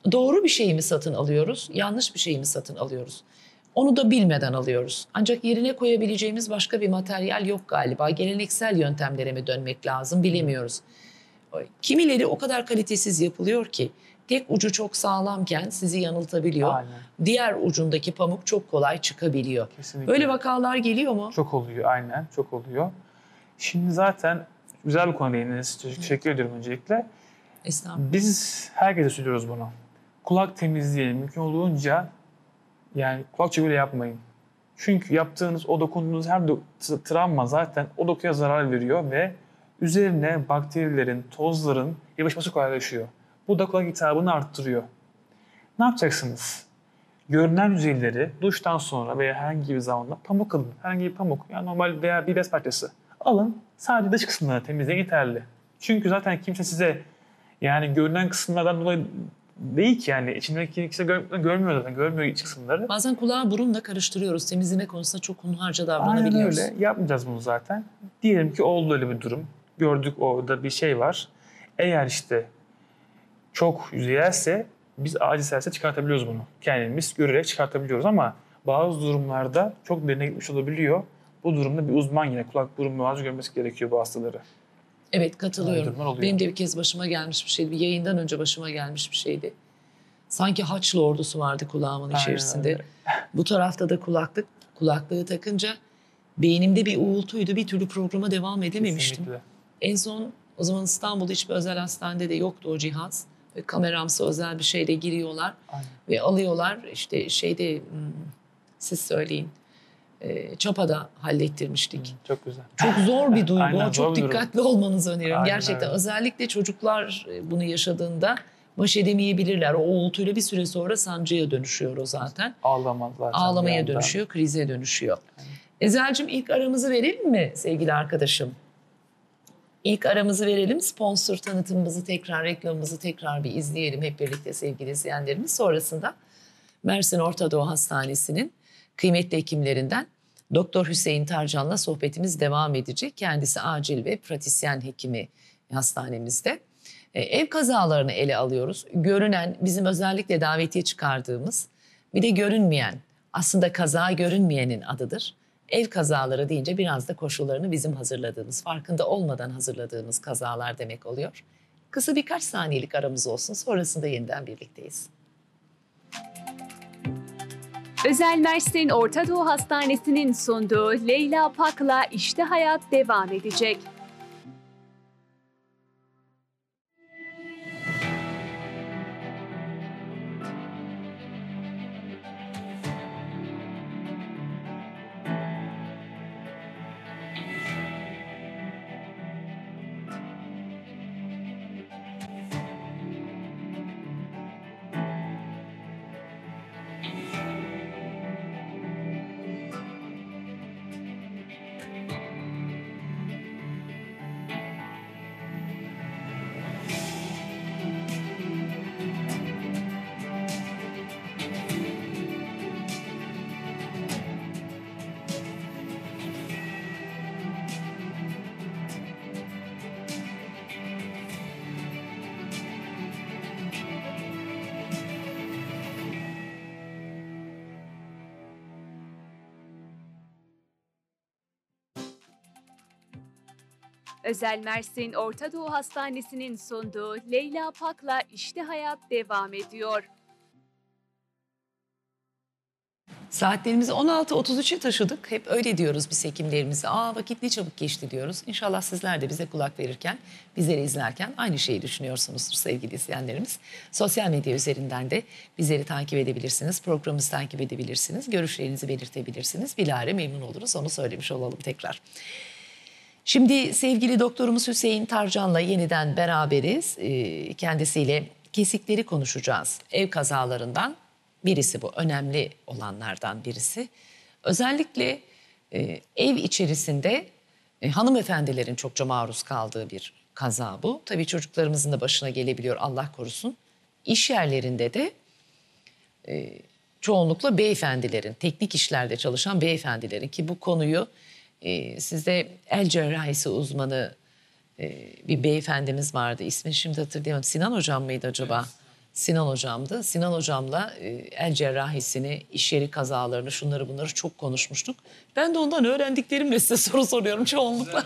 doğru bir şey mi satın alıyoruz, yanlış bir şey mi satın alıyoruz? Onu da bilmeden alıyoruz. Ancak yerine koyabileceğimiz başka bir materyal yok galiba. Geleneksel yöntemlere mi dönmek lazım bilemiyoruz. Kimileri o kadar kalitesiz yapılıyor ki tek ucu çok sağlamken sizi yanıltabiliyor. Aynen. Diğer ucundaki pamuk çok kolay çıkabiliyor. Kesinlikle. Böyle vakalar geliyor mu? Çok oluyor, aynen çok oluyor. Şimdi zaten güzel bir konu değindiniz. Teşekkür ediyorum öncelikle. Estağfurullah. Biz herkese söylüyoruz bunu. Kulak temizliği mümkün olduğunca yani kulak çubuğuyla yapmayın. Çünkü yaptığınız, o dokunduğunuz her travma zaten o dokuya zarar veriyor ve üzerine bakterilerin, tozların yapışması kolaylaşıyor. Bu da kulak iltihabını arttırıyor. Ne yapacaksınız? Görünen yüzeyleri duştan sonra veya herhangi bir zamanda pamuk alın. Herhangi bir pamuk, yani normal veya bir bez parçası alın. Sadece dış kısımlarını temizleyin yeterli. Çünkü zaten kimse size yani görünen kısımlardan dolayı değil ki yani içindeki kimse görmüyor zaten, görmüyor iç kısımları. Bazen kulağı burunla karıştırıyoruz. Temizleme konusunda çok hunharca Aynen davranabiliyoruz. öyle. Yapmayacağız bunu zaten. Diyelim ki oldu öyle bir durum. Gördük orada bir şey var. Eğer işte çok yüzeyelse biz acil çıkartabiliyoruz bunu. Kendimiz görerek çıkartabiliyoruz ama bazı durumlarda çok derine gitmiş olabiliyor. Bu durumda bir uzman yine kulak burun boğaz görmesi gerekiyor bu hastaları. Evet, katılıyorum. Öyle durumlar oluyor. Benim de bir kez başıma gelmiş bir şeydi. Bir yayından önce başıma gelmiş bir şeydi. Sanki Haçlı ordusu vardı kulağımın Aynen içerisinde. öyle. Bu tarafta da kulaklığı takınca beynimde bir uğultuydu. Bir türlü programa devam edememiştim. Kesinlikle. En son o zaman İstanbul'da hiçbir özel hastanede de yoktu o cihaz. Ve kameramsı özel bir şeyle giriyorlar. Aynen. Ve alıyorlar işte siz söyleyin. Çapa'da hallettirmiştik. Çok güzel. Çok zor bir duygu. Aynen, Çok zor bir durum. dikkatli olmanızı öneriyorum. Aynen Gerçekten öyle. özellikle çocuklar bunu yaşadığında baş edemeyebilirler. O uğultuyla bir süre sonra sancıya dönüşüyor o zaten. Ağlamaz zaten. Ağlamaya bir anda. dönüşüyor, krize dönüşüyor. Ezel'cim ilk aramızı verelim mi sevgili arkadaşım? İlk aramızı verelim. Sponsor tanıtımımızı tekrar, reklamımızı tekrar bir izleyelim hep birlikte sevgili izleyenlerimiz. Sonrasında Mersin Orta Doğu Hastanesi'nin kıymetli hekimlerinden Doktor Hüseyin Tarcan'la sohbetimiz devam edecek. Kendisi acil ve pratisyen hekimi hastanemizde. Ev kazalarını ele alıyoruz. Görünen, bizim özellikle davetiye çıkardığımız, bir de görünmeyen, aslında kaza görünmeyenin adıdır. Ev kazaları deyince biraz da koşullarını bizim hazırladığımız, farkında olmadan hazırladığımız kazalar demek oluyor. Kısa birkaç saniyelik aramız olsun, sonrasında yeniden birlikteyiz. Özel Mersin Orta Doğu Hastanesi'nin sunduğu Leyla Pak'la İşte Hayat devam edecek. Özel Mersin Orta Doğu Hastanesi'nin sunduğu Leyla Pak'la İşte Hayat devam ediyor. Saatlerimizi 16.33'e taşıdık. Hep öyle diyoruz biz hekimlerimize. Vakit ne çabuk geçti diyoruz. İnşallah sizler de bize kulak verirken, bizleri izlerken aynı şeyi düşünüyorsunuzdur sevgili izleyenlerimiz. Sosyal medya üzerinden de bizleri takip edebilirsiniz. Programımızı takip edebilirsiniz. Görüşlerinizi belirtebilirsiniz. Bilahare memnun oluruz. Onu söylemiş olalım tekrar. Şimdi sevgili doktorumuz Hüseyin Tarcan'la yeniden beraberiz. Kendisiyle kesikleri konuşacağız. Ev kazalarından birisi bu. Önemli olanlardan birisi. Özellikle ev içerisinde hanımefendilerin çokça maruz kaldığı bir kaza bu. Tabii çocuklarımızın da başına gelebiliyor, Allah korusun. İş yerlerinde de çoğunlukla beyefendilerin, teknik işlerde çalışan beyefendilerin, ki bu konuyu sizde el cerrahisi uzmanı bir beyefendimiz vardı. İsmini şimdi hatırlayamadım. Sinan hocam mıydı acaba? Evet. Sinan hocamdı. Sinan hocamla el cerrahisini, iş yeri kazalarını, şunları bunları çok konuşmuştuk. Ben de ondan öğrendiklerimle size soru soruyorum çoğunlukla.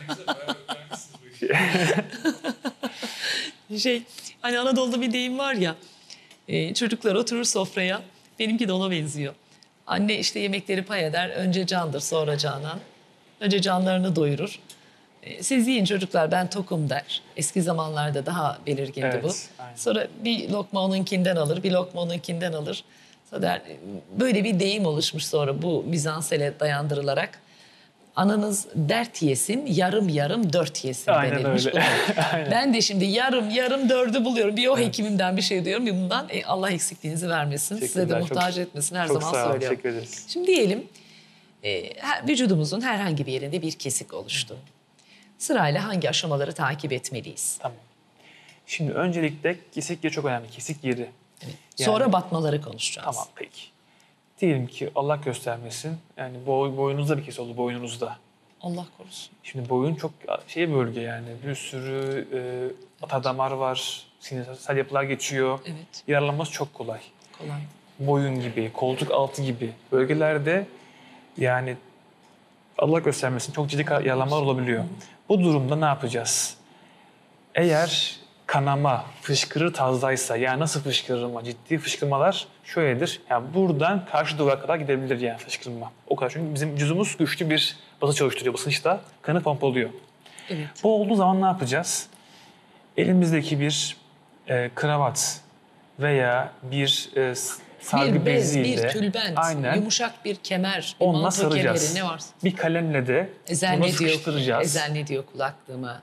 Hani Anadolu'da bir deyim var ya, çocuklar oturur sofraya, benimki de ona benziyor. Anne işte yemekleri pay eder, önce candır sonra canan. Önce canlarını doyurur. Siz yiyin çocuklar, ben tokum der. Eski zamanlarda daha belirgindi Evet, bu. aynen. Sonra bir lokma onunkinden alır, bir lokma onunkinden alır. Sonra der, böyle bir deyim oluşmuş sonra bu mizansele dayandırılarak. Ananız dert yesin, yarım yarım dört yesin Aynen denilmiş. öyle. Aynen. Ben de şimdi yarım yarım dördü buluyorum. Bir o hekimimden bir şey diyorum, bir bundan. Allah eksikliğinizi vermesin, size de Teşekkürler, muhtaç çok- etmesin her Çok zaman sağ olun, söylüyorum. teşekkür ederiz. Şimdi diyelim vücudumuzun herhangi bir yerinde bir kesik oluştu. Sırayla hangi aşamaları takip etmeliyiz? Tamam. Şimdi öncelikle kesik yeri çok önemli. Kesik yeri. Yani- Sonra batmaları konuşacağız. Tamam peki. Diyelim ki Allah göstermesin. Yani boynunuzda bir kesik oldu, boynunuzda. Allah korusun. Şimdi boyun çok bölge yani. Bir sürü atadamar var. Sinirsel yapılar geçiyor. Evet, Yaralanması çok kolay. kolay. Boyun gibi, koltuk altı gibi bölgelerde yani Allah göstermesin çok ciddi yaralanmalar olabiliyor. Bu durumda ne yapacağız? Eğer kanama fışkırır tazdaysa, yani nasıl fışkırma? Ciddi fışkırmalar şöyledir. Yani buradan karşı duvara kadar gidebilir yani fışkırma. O kadar, çünkü bizim vücudumuz güçlü bir basınç çalıştırıyor. Basınçta kanı pompalıyor. Evet. Bu olduğu zaman ne yapacağız? Elimizdeki bir kravat veya bir sargı Bir bez, beziyle bir tülbent, aynen yumuşak bir kemer, bir onunla manto kemeri saracağız. ne varsa. Bir kalemle de Ezel bunu ne diyor? sıkıştıracağız. Ezel ne diyor kulaklığıma?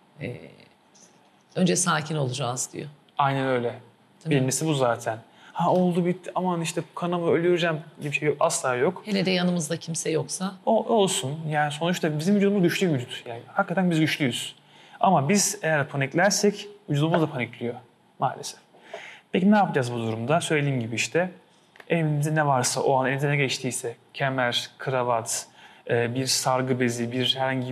Önce sakin olacağız diyor. Aynen öyle. Birincisi bu zaten. Ha oldu bitti aman işte kanama öleceğim gibi bir şey yok. Asla yok. Hele de yanımızda kimse yoksa. O olsun. Yani sonuçta bizim vücudumuz güçlü bir vücut. Yani hakikaten biz güçlüyüz. Ama biz eğer paniklersek vücudumuz da panikliyor maalesef. Peki ne yapacağız bu durumda? Söylediğim gibi işte elimizde ne varsa o an elinize ne geçtiyse kemer, kravat, bir sargı bezi, herhangi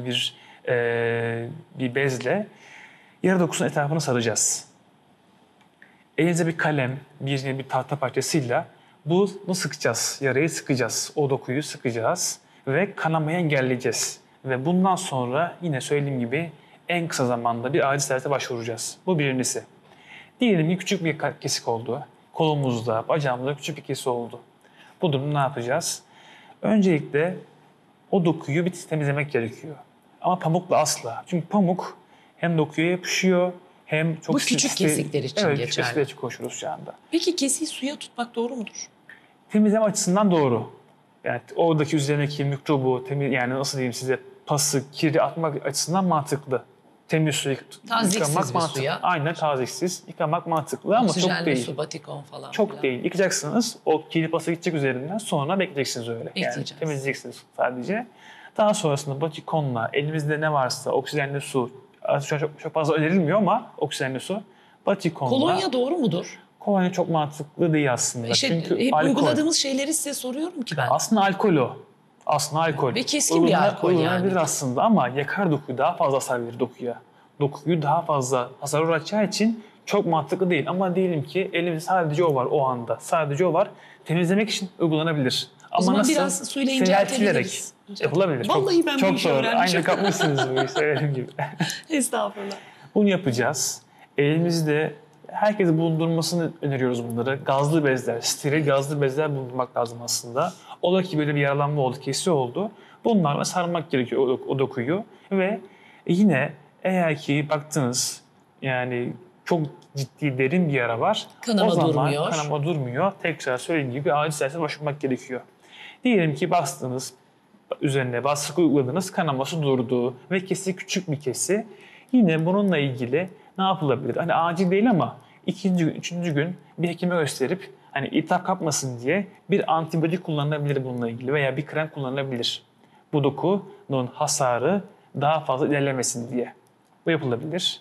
bir bezle yara dokusunun etrafını saracağız. Elinize bir kalem, bir tahta parçasıyla bunu sıkacağız. Yarayı sıkacağız. O dokuyu sıkacağız ve kanamayı engelleyeceğiz. Ve bundan sonra yine söylediğim gibi en kısa zamanda bir acil servise başvuracağız. Bu birincisi. Diyelim ki küçük bir kesik oldu. Kolumuzda, bacağımızda küçük bir kesik oldu. Bu durumda ne yapacağız? Öncelikle o dokuyu bir temizlemek gerekiyor. Ama pamukla asla. Çünkü pamuk hem dokuya yapışıyor hem çok Bu küçük kesikler için evet, geçerli. küçük kesikler için konuşuyoruz şu anda. Peki kesiği suya tutmak doğru mudur? Temizleme açısından doğru. Yani oradaki üzerindeki mikrobu, yani nasıl diyeyim size, pası, kiri atmak açısından mantıklı. Temiz suyu Taziksiz yıkamak bir mantıklı. suya. Aynen taziksiz. Yıkamak mantıklı ama çok Oksijenli değil. su, batikon falan. Çok filan. değil. Yıkacaksınız. O kirli pası gidecek üzerinden. Sonra bekleyeceksiniz öyle. Yani Bekleyeceğiz. temizleyeceksiniz sadece. Daha sonrasında batikonla elimizde ne varsa oksijenli su. Şu an çok fazla önerilmiyor ama oksijenli su. Batikonla. Kolonya doğru mudur? Kolonya çok mantıklı değil aslında. Çünkü hep alkol. uyguladığımız şeyleri size soruyorum ki ben. Aslında alkol o. Aslında alkol. Ve keskin bir alkol yani. Uygulanabilir aslında ama yakar dokuyu, daha fazla hasar verir dokuya. Dokuyu daha fazla hasar uğratacağı için çok mantıklı değil. Ama diyelim ki elimizde sadece o var o anda. Sadece o var. Temizlemek için uygulanabilir. Ama zaman nasıl? biraz suyla Seyahat ederek inceltebiliriz. yapılabilir. Vallahi ben bu çok işi doğru. öğrenmişim. Aynen kapmışsınız bu işi söylediğim gibi. Estağfurullah. Bunu yapacağız. Elimizde herkese bulundurmasını öneriyoruz bunları. Gazlı bezler, steril gazlı bezler bulundurmak lazım aslında. Ola ki böyle bir yaralanma oldu, kesi oldu. Bunlarla sarmak gerekiyor o dokuyu. Ve yine eğer ki baktınız yani çok ciddi derin bir yara var. Kanama o zaman durmuyor. kanama durmuyor. Tekrar söylediğim gibi acil servise başvurmak gerekiyor. Diyelim ki bastınız, üzerine baskı uyguladınız, kanaması durdu ve kesi küçük bir kesi. Yine bununla ilgili ne yapılabilir? Hani acil değil ama ikinci gün, üçüncü gün bir hekime gösterip hani iltihap kapmasın diye bir antibiyotik kullanılabilir bununla ilgili veya bir krem kullanılabilir. Bu dokunun hasarı daha fazla ilerlemesin diye. Bu yapılabilir.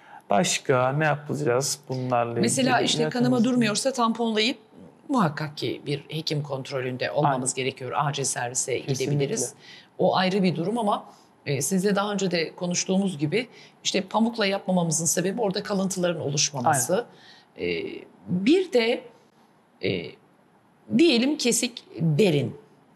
Başka ne yapacağız bunlarla ilgili? Mesela işte Ya, kanama temizlik. durmuyorsa tamponlayıp muhakkak ki bir hekim kontrolünde olmamız gerekiyor. Acil servise gidebiliriz. O ayrı bir durum ama sizle daha önce de konuştuğumuz gibi işte pamukla yapmamamızın sebebi orada kalıntıların oluşmaması. Bir de diyelim kesik derin.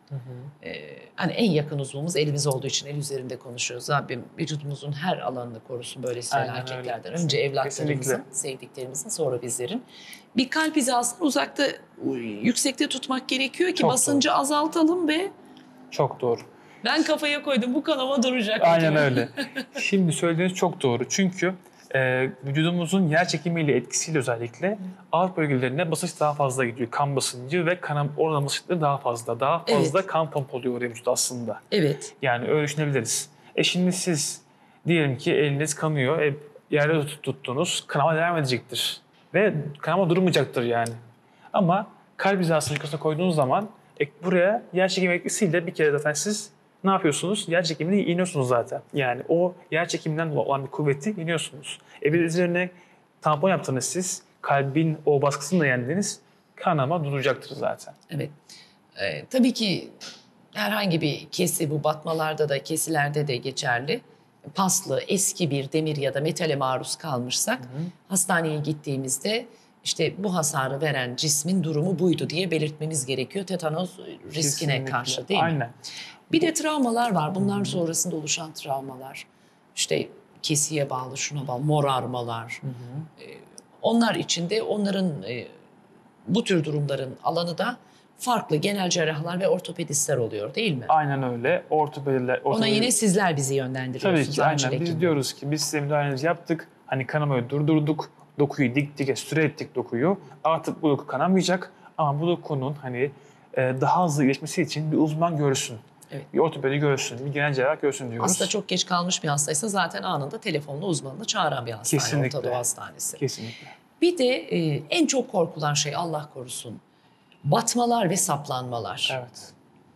Hani en yakın uzvumuz elimiz olduğu için el üzerinde konuşuyoruz. Rabbim vücudumuzun her alanını korusun böyle felaketlerden. Önce evlatlarımızın, sevdiklerimizin, sonra bizlerin. Bir kalp hizasını uzakta, yüksekte tutmak gerekiyor ki Çok basıncı doğru. azaltalım ve Çok doğru. ben kafaya koydum bu kanama duracak. Aynen öyle. Şimdi söylediğiniz çok doğru. Çünkü vücudumuzun yer çekimiyle etkisiyle özellikle ağır bölgelerine basınç daha fazla gidiyor. Kan basıncı ve organ basınçları daha fazla. Daha fazla Evet. kan pompalıyor oraya vücut aslında. Evet. Yani öyle düşünebiliriz. Şimdi siz diyelim ki eliniz kanıyor, yerde tuttunuz, kanama devam edecektir. Ve kanama durmayacaktır yani. Ama kalp hizasını yukarısına koyduğunuz zaman buraya yer çekimi etkisiyle bir kere zaten siz ne yapıyorsunuz? Yer çekimini iniyorsunuz zaten. Yani o yer çekiminden olan bir kuvveti iniyorsunuz. Bir üzerine tampon yaptınız siz, kalbin o baskısını da yendiniz, kanama duracaktır zaten. Evet. Tabii ki herhangi bir kesi, bu batmalarda da kesilerde de geçerli. Paslı, eski bir demir ya da metale maruz kalmışsak hastaneye gittiğimizde işte bu hasarı veren cismin durumu buydu diye belirtmemiz gerekiyor. Tetanos riskine Kesinlikle. karşı değil mi? Aynen. Bir de travmalar var. Bunlar sonrasında oluşan travmalar. İşte kesiye bağlı, şuna bağlı, morarmalar. Onlar içinde onların bu tür durumların alanı da farklı genel cerrahlar ve ortopedistler oluyor değil mi? Aynen öyle. Ortopediler. Ona yine sizler bizi yönlendiriyorsunuz. Tabii ki aynen. acil Biz hekim. diyoruz ki biz size müdahalenizi yaptık. Hani kanamayı durdurduk. Dokuyu diktik, süre ettik dokuyu. Artık bu doku kanamayacak. Ama bu dokunun hani daha hızlı iyileşmesi için bir uzman görsün. Evet. Bir ortopedi görsün, bir genel cerrah görsün diyoruz. Hasta çok geç kalmış bir hastaysa zaten anında telefonla uzmanını çağıran bir hastane. Kesinlikle. Orta Doğu Hastanesi. Kesinlikle. Bir de en çok korkulan şey Allah korusun. Batmalar ve saplanmalar. Evet.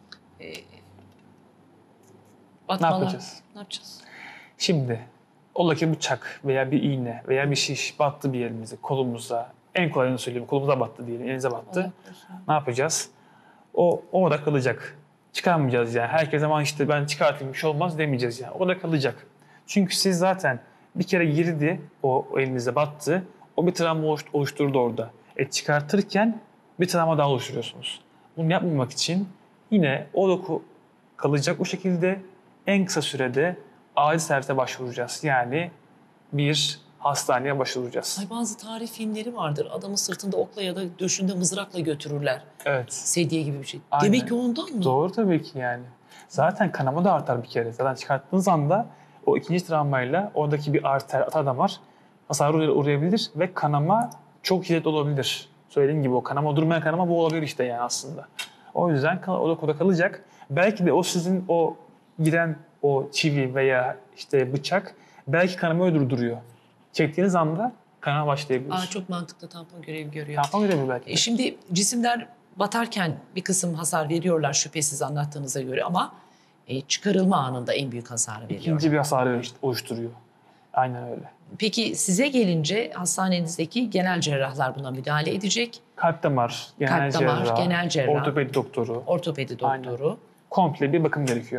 Batmalar. Ne yapacağız? Ne yapacağız? Şimdi ola ki bıçak veya bir iğne veya bir şiş battı bir yerimize, kolumuza. En kolayını söyleyeyim. Kolumuza battı diyelim, elinize battı. Allah korusun. Ne yapacağız? O orada kalacak. Çıkarmayacağız yani. Herkes zaman işte ben çıkartayım bir şey olmaz demeyeceğiz yani. Orada kalacak. Çünkü siz zaten bir kere girdi, o elinize battı. O bir travma oluşturdu orada. Çıkartırken bir travma daha oluşturuyorsunuz. Bunu yapmamak için yine o doku kalacak o şekilde en kısa sürede acil servise başvuracağız. Yani bir hastaneye başvuracağız. Ay bazı tarih filmleri vardır. Adamı sırtında okla ya da döşünde mızrakla götürürler. Evet. Sedye gibi bir şey. Aynen. Demek ki ondan mı? Doğru tabii ki yani. Zaten kanama da artar bir kere. Zaten çıkarttığınız anda o ikinci travmayla oradaki bir arter, atar damar hasara uğrayabilir ve kanama çok şiddetli olabilir. Söylediğim gibi o kanama, durmayan kanama bu olabilir işte yani aslında. O yüzden o dokuda kalacak. Belki de o sizin o giren o çivi veya işte bıçak belki kanamayı durduruyor. Çektiğiniz anda kanama başlayabilir. Çok mantıklı, tampon görevi görüyor. Tampon görevi belki de. Şimdi cisimler batarken bir kısım hasar veriyorlar şüphesiz anlattığınıza göre ama çıkarılma anında en büyük hasarı veriyorlar. İkinci bir hasarı oluşturuyor. Aynen öyle. Peki size gelince hastanenizdeki genel cerrahlar buna müdahale edecek. Kalp damar, genel Kalp damar, cerrah, genel cerrah. ortopedi doktoru. Ortopedi doktoru. Komple bir bakım gerekiyor.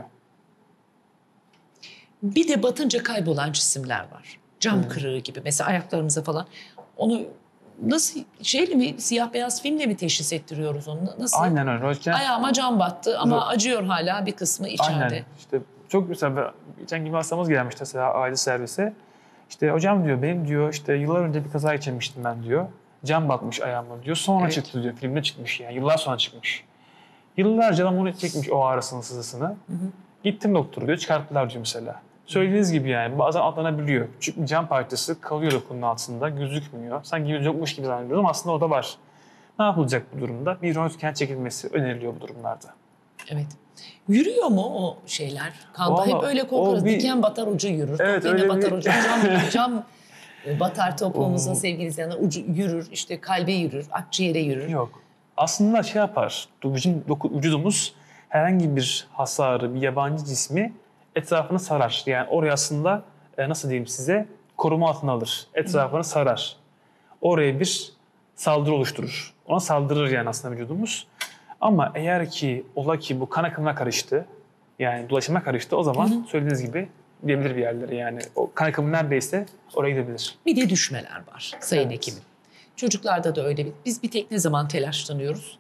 Bir de batınca kaybolan cisimler var. Cam kırığı gibi mesela ayaklarımıza falan. Onu nasıl şeyle mi siyah beyaz filmle mi teşhis ettiriyoruz onu? Nasıl? Aynen öyle. Röntgen, Ayağıma cam battı ama acıyor hala bir kısmı içeride. aynen. İşte çok güzel. Geçen gün bir hastamız gelmişti mesela acil servise. İşte hocam diyor benim diyor işte yıllar önce bir kaza geçirmiştim ben diyor. Cam batmış ayağıma diyor. Sonra Evet. çıktı diyor. Filmde çıkmış yani. Yıllar sonra çıkmış. Yıllarca adam onu çekmiş o ağrısını, sızısını. Gittim doktor diyor. Çıkarttılar diyor mesela. Söylediğiniz gibi yani bazen atlanabiliyor. Küçük bir cam parçası kalıyor dokunun altında. Gözükmüyor. Sanki yüz yokmuş gibi zannediyoruz ama aslında o da var. Ne yapılacak bu durumda? Bir röntgen çekilmesi öneriliyor bu durumlarda. Evet. Yürüyor mu o şeyler? Kanda Vallahi hep öyle korkarız. o bir- Diken batar ucu yürür. Evet, Top iğne öyle batar bir- ucu. Cam batar topuğumuza sevgili izleyenler. Ucu yürür. İşte kalbe yürür. Akciğere yürür. Yok. Aslında şey yapar. Vücudumuz herhangi bir hasarı, bir yabancı cismi etrafını sarar. Yani oraya aslında nasıl diyeyim size koruma altına alır. Etrafını sarar. Oraya bir saldırı oluşturur. Ona saldırır yani aslında vücudumuz. Ama eğer ki ola ki bu kan akımına karıştı, yani dolaşıma karıştı o zaman söylediğiniz gibi gidebilir bir yerlere yani. O kan akımı neredeyse oraya gidebilir. Bir de düşmeler var sayın Evet. hekimim. Çocuklarda da öyle. Biz bir tek ne zaman telaşlanıyoruz?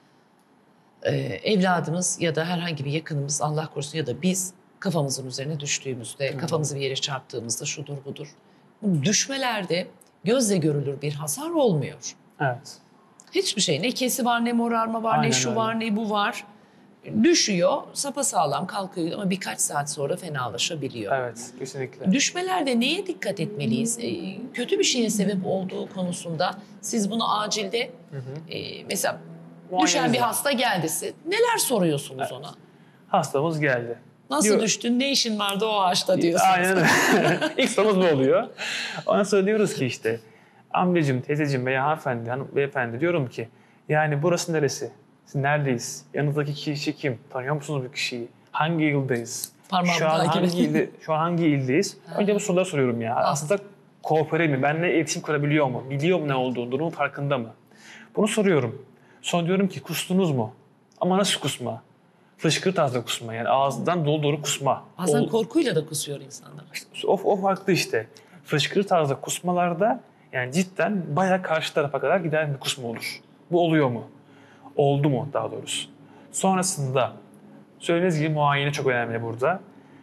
Evladımız ya da herhangi bir yakınımız Allah korusun ya da biz kafamızın üzerine düştüğümüzde, kafamızı bir yere çarptığımızda şudur budur. Bu düşmelerde gözle görülür bir hasar olmuyor. Evet. Hiçbir şey, ne kesi var, ne morarma var, Aynen ne şu öyle. var, ne bu var. Düşüyor, sapasağlam kalkıyor ama birkaç saat sonra fenalaşabiliyor. Evet, kesinlikle. Düşmelerde neye dikkat etmeliyiz? Kötü bir şeye sebep olduğu konusunda siz bunu acilde mesela düşen bir Muayeneniz var. hasta geldi size. Neler soruyorsunuz ona? Hastamız geldi. Nasıl Diyor- düştün? Ne işin vardı o ağaçta diyorsunuz. Aynen öyle. İlk sorumuz bu oluyor. Ondan sonra diyoruz ki işte amcacığım, teyzeciğim veya hanımefendi, beyefendi diyorum ki yani burası neresi? Siz neredeyiz? Yanınızdaki kişi kim? Tanıyor musunuz bu kişiyi? Hangi yıldayız? Parmağımı Şu an takip hangi edin. şu an hangi ildeyiz? Önce bu soruları soruyorum ya. Aslında koopere mi? Benimle iletişim kurabiliyor mu? Biliyor mu ne olduğunu? Durumun farkında mı? Bunu soruyorum. Sonra diyorum ki kustunuz mu? Ama nasıl kusma? Fışkırı tarzda kusma, yani ağızdan dolu dolu kusma. Bazen korkuyla da kusuyor insanlar. O farklı işte. Fışkırı tarzda kusmalarda yani cidden bayağı karşı tarafa kadar giden bir kusma olur. Bu oluyor mu? Oldu mu daha doğrusu? Sonrasında söylediğiniz gibi muayene çok önemli burada.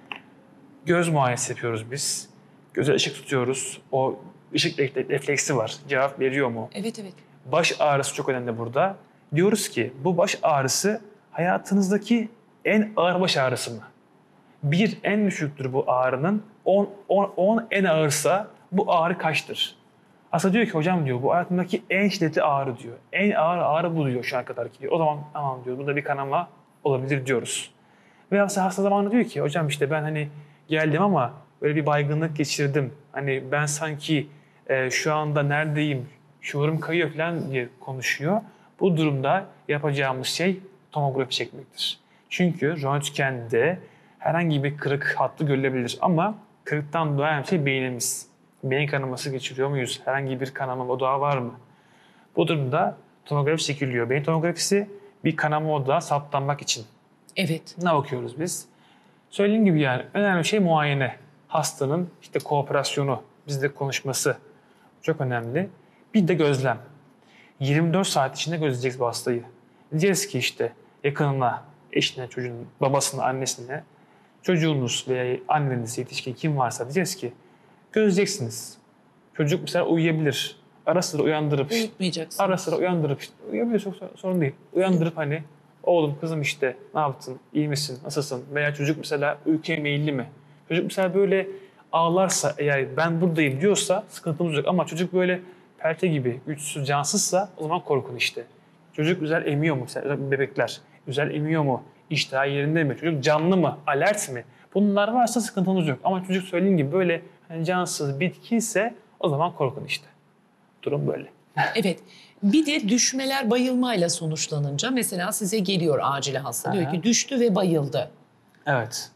Göz muayenesi yapıyoruz biz. Göze ışık tutuyoruz. O ışık refleksi var. Cevap veriyor mu? Evet evet. Baş ağrısı çok önemli burada. Diyoruz ki bu baş ağrısı hayatınızdaki en ağır baş ağrısı mı? 1 en düşüktür bu ağrının. 10 en ağırsa bu ağrı kaçtır? Aslında diyor ki hocam diyor bu hayatımdaki en şiddetli ağrı diyor. En ağır ağrı bu diyor şu ana kadar ki diyor. O zaman tamam diyor bunda bir kanama olabilir diyoruz. Veya hasta zamanı diyor ki hocam işte ben hani geldim ama böyle bir baygınlık geçirdim. Hani ben sanki şu anda neredeyim, şuurum kayıyor falan diye konuşuyor. Bu durumda yapacağımız şey tomografi çekmektir. Çünkü röntgende herhangi bir kırık hattı görülebilir ama kırıktan doğan şey beynimiz. Beyin kanaması geçiriyor muyuz? Herhangi bir kanama odağı var mı? Bu durumda tomografi çekiliyor. Beyin tomografisi bir kanama odağı saptanmak için. Evet. Ne bakıyoruz biz? Söylediğim gibi yani önemli şey muayene. Hastanın işte kooperasyonu, bizle konuşması çok önemli. Bir de gözlem. 24 saat içinde gözleyeceğiz bu hastayı. Diyeceğiz ki işte yakınına, eşine, çocuğun, babasına, annesine, çocuğunuz veya anneniz, yetişkin kim varsa diyeceğiz ki gözleyeceksiniz. Çocuk mesela uyuyabilir. Ara sıra uyandırıp, Uyutmayacaksın. ara sıra uyandırıp, uyuyabilir çok sorun değil. Uyandırıp hani oğlum kızım işte ne yaptın, iyi misin, nasılsın? Veya çocuk mesela uykuya meyilli mi? Çocuk mesela böyle ağlarsa eğer ben buradayım diyorsa sıkıntımız yok. Ama çocuk böyle pelte gibi güçsüz, cansızsa o zaman korkun işte. Çocuk güzel emiyor mu? Mesela bebekler güzel emiyor mu? İştahı yerinde mi? Çocuk canlı mı? Alert mi? Bunlar varsa sıkıntımız yok. Ama çocuk söylediğim gibi böyle hani cansız, bitkiyse o zaman korkun işte. Durum böyle. Evet. Bir de düşmeler bayılmayla sonuçlanınca mesela size geliyor acile hasta. Diyor Aha. ki düştü ve bayıldı. Evet.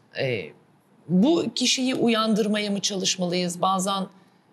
Bu kişiyi uyandırmaya mı çalışmalıyız? Bazen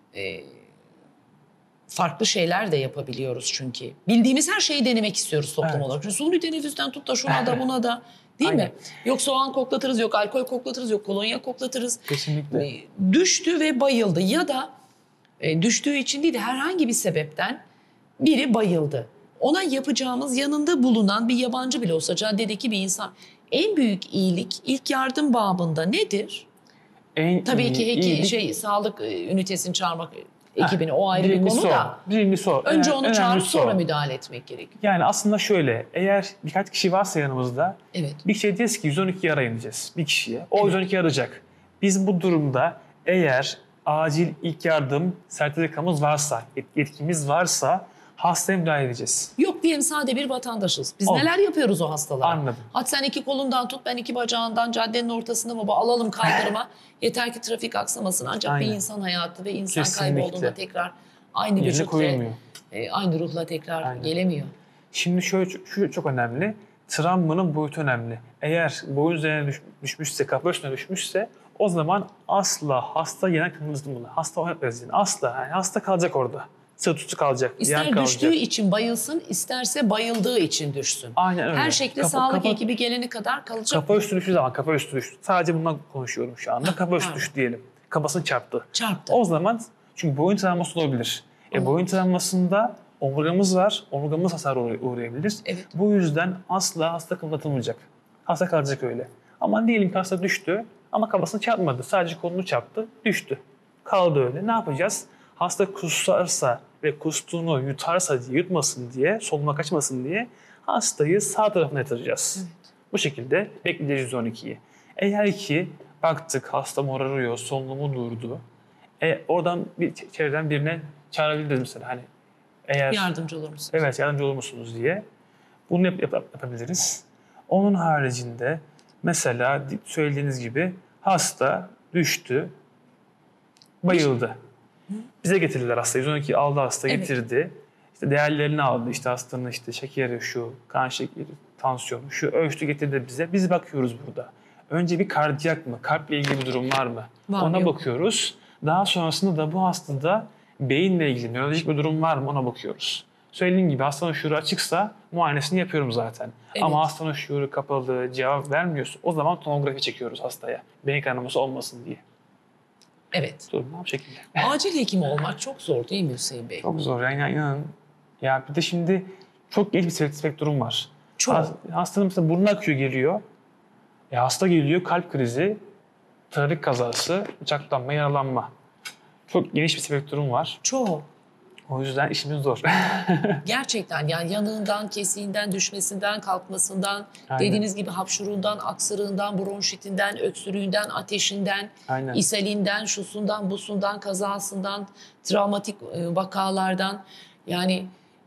farklı şeyler de yapabiliyoruz çünkü. Bildiğimiz her şeyi denemek istiyoruz toplum Evet. olarak. Suni teneffüsten tut da şuna da buna da. Değil Aynen. mi? Yok soğan koklatırız, yok alkol koklatırız, yok kolonya koklatırız. Kesinlikle. Düştü ve bayıldı ya da düştüğü için değil de herhangi bir sebepten biri bayıldı. Ona yapacağımız yanında bulunan bir yabancı bile olsa caddedeki bir insan en büyük iyilik ilk yardım babında nedir? Tabii ki iyilik- sağlık ünitesini çağırmak ekibini o ayrı bir konu da. Birincisi o. Önce onu çağırıp Önemlisi o. sonra müdahale etmek gerekiyor. Yani aslında şöyle, eğer birkaç kişi varsa yanımızda, Evet. bir kişiye diyeceğiz ki 112'yi arayın diyeceğiz bir kişiye. O 112'yi arayacak. Biz bu durumda eğer acil ilk yardım sertifikamız varsa, yetkimiz varsa hastaya müdahale edeceğiz. Yok diyelim sade bir vatandaşız. Biz Olur. neler yapıyoruz o hastalara? Anladım. Hadi sen iki kolundan tut, ben iki bacağından caddenin ortasında mı alalım kaldırıma. Yeter ki trafik aksamasın. Ancak bir Aynen. insan hayatı ve insan Kesinlikle. kaybolduğunda tekrar aynı Yerine vücut ve koyulmuyor. aynı ruhla tekrar Aynen. gelemiyor. Şimdi şu çok önemli. Travmanın boyutu önemli. Eğer boyun üzerine düşmüşse, kafa üstüne düşmüşse o zaman asla hasta yerine kımıldamamalı. Hasta oynatmayız yani. Asla. Yani hasta kalacak orada. Sırt üstü kalacak. yan İster kalacak. düştüğü için bayılsın, isterse bayıldığı için düşsün. Aynen öyle. Her şekilde sağlık ekibi gelene kadar kalacak. Kafa üstü düştüğü zaman kafa üstü düştü. Sadece bundan konuşuyorum şu anda. Kafa üstü pardon. düştü diyelim. Kafasını çarptı. Çarptı. O zaman çünkü boyun travması olabilir. Boyun travmasında Omurgamız var, omurgamız hasar uğrayabilir. Evet. Bu yüzden asla hasta kımıldatılmayacak. Hasta kalacak öyle. Ama diyelim ki hasta düştü ama kafasını çarpmadı. Sadece kolunu çarptı, düştü. Kaldı öyle. Ne yapacağız? Hasta kusarsa ve kustuğunu yutarsa diye, yutmasın diye, solunuma kaçmasın diye hastayı sağ tarafına yatıracağız. Evet. Bu şekilde bekleyeceğiz 112'yi. Eğer ki baktık hasta morarıyor, solunumu durdu. Oradan bir çevreden birine çağırabiliriz mesela. Hani eğer Yardımcı olur musunuz? evet yardımcı olur musunuz diye. Bunu yapabiliriz. Onun haricinde mesela söylediğiniz gibi hasta düştü, bayıldı. Bize getirdiler hastayı. 112 aldı hasta Evet. getirdi. İşte değerlerini aldı. İşte hastanın işte şekeri şu, kan şekeri, tansiyonu şu ölçtü getirdi bize. Biz bakıyoruz burada. Önce bir kardiyak mı, kalple ilgili bir durum var mı? Var, Ona yok. bakıyoruz. Daha sonrasında da bu hastada beyinle ilgili nörolojik bir durum var mı ona bakıyoruz. Söylediğim gibi hastanın şuuru açıksa muayenesini yapıyorum zaten. Evet. Ama hastanın şuuru kapalı, cevap vermiyorsa o zaman tomografi çekiyoruz hastaya. Beyin kanaması olmasın diye. Evet. Durum bu şekilde. Acil hekim olmak çok zor değil mi Hüseyin Bey? Çok zor yani inanın. Ya bir de şimdi çok genç bir spektrum var. Çok. Hastanın mesela burnu akıyor geliyor. Hasta geliyor kalp krizi, trafik kazası, bıçaklanma, yaralanma. Çok geniş bir spektrum var. Çok. O yüzden işimiz zor. Gerçekten yani yanığından, kesiğinden, düşmesinden, kalkmasından, Aynen. dediğiniz gibi hapşurundan, aksırığından, bronşitinden, öksürüğünden, ateşinden, Aynen. ishalinden, şusundan, busundan, kazasından, travmatik vakalardan yani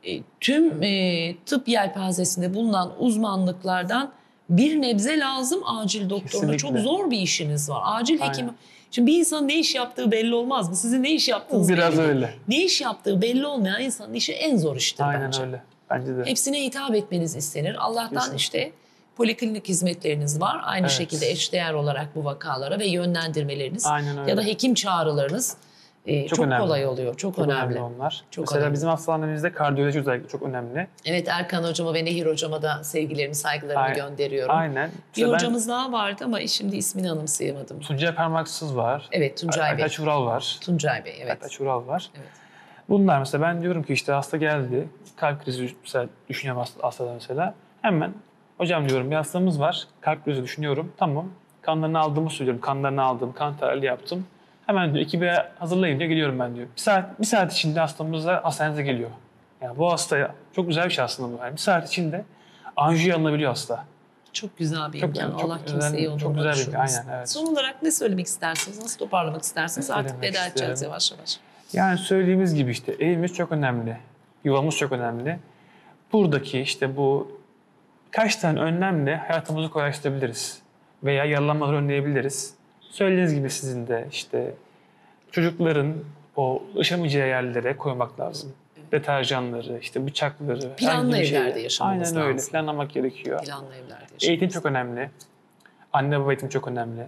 tüm tıp yelpazesinde bulunan uzmanlıklardan bir nebze lazım acil doktoruna. Kesinlikle. Çok zor bir işiniz var. Acil Aynen. hekim. Şimdi bir insanın ne iş yaptığı belli olmaz mı? Sizin ne iş yaptığınız Biraz belli değil. öyle. Ne iş yaptığı belli olmayan insanın işi en zor iştir Aynen bence. öyle. Bence de. Hepsine hitap etmeniz istenir. Allah'tan Kesinlikle. işte poliklinik hizmetleriniz var. Aynı Evet. şekilde eşdeğer olarak bu vakalara ve yönlendirmeleriniz Aynen öyle. ya da hekim çağrılarınız çok önemli. kolay oluyor. Çok Çok önemli. onlar. Çok Mesela önemli. bizim hastanemizde kardiyoloji özellikle çok önemli. Evet, Erkan hocama ve Nehir hocama da sevgilerimi, saygılarımı gönderiyorum. Aynen. Bir Mesela ben hocamız daha vardı ama şimdi ismini anımsayamadım. Tuncay Parmaksız var. Evet, Tuncay Bey. Aytaç Ural var. Tuncay Bey, evet. Aytaç Ural var. Evet. Bunlar mesela ben diyorum ki işte hasta geldi. Kalp krizi mesela düşünüyorum hastada mesela. Hemen hocam diyorum bir hastamız var. Kalp krizi düşünüyorum. Tamam. Kanlarını aldığımı söylüyorum. Kanlarını aldım. Kan tahlili yaptım. Hemen diyor ekibe hazırlayın diyor. Gidiyorum ben diyor. Bir saat içinde hastamız da hastanemize geliyor. Yani bu hastaya çok güzel bir şey aslında bu. Yani bir saat içinde anjiyo alınabiliyor hasta. Çok güzel bir Çok- imkan. çok Allah güzel- kimseyi çok onuruna güzel bir- düşürmesin. aynen, evet. Son olarak ne söylemek istersiniz? Nasıl toparlamak istersiniz? Ne Artık söylemek veda edeceğiz isterim? yavaş yavaş. Yani söylediğimiz gibi işte evimiz çok önemli. Yuvamız çok önemli. Buradaki işte bu kaç tane önlemle hayatımızı kolaylaştırabiliriz. Veya yaralanmaları önleyebiliriz. Söylediğiniz gibi sizin de işte çocukların o ışamayacağı yerlere koymak lazım. Deterjanları, işte bıçakları. Planlı herhangi bir evlerde şeyi. yaşamamız Aynen öyle. lazım. Planlamak gerekiyor. Planlı evlerde yaşamak. Eğitim çok önemli. Anne baba eğitimi çok önemli.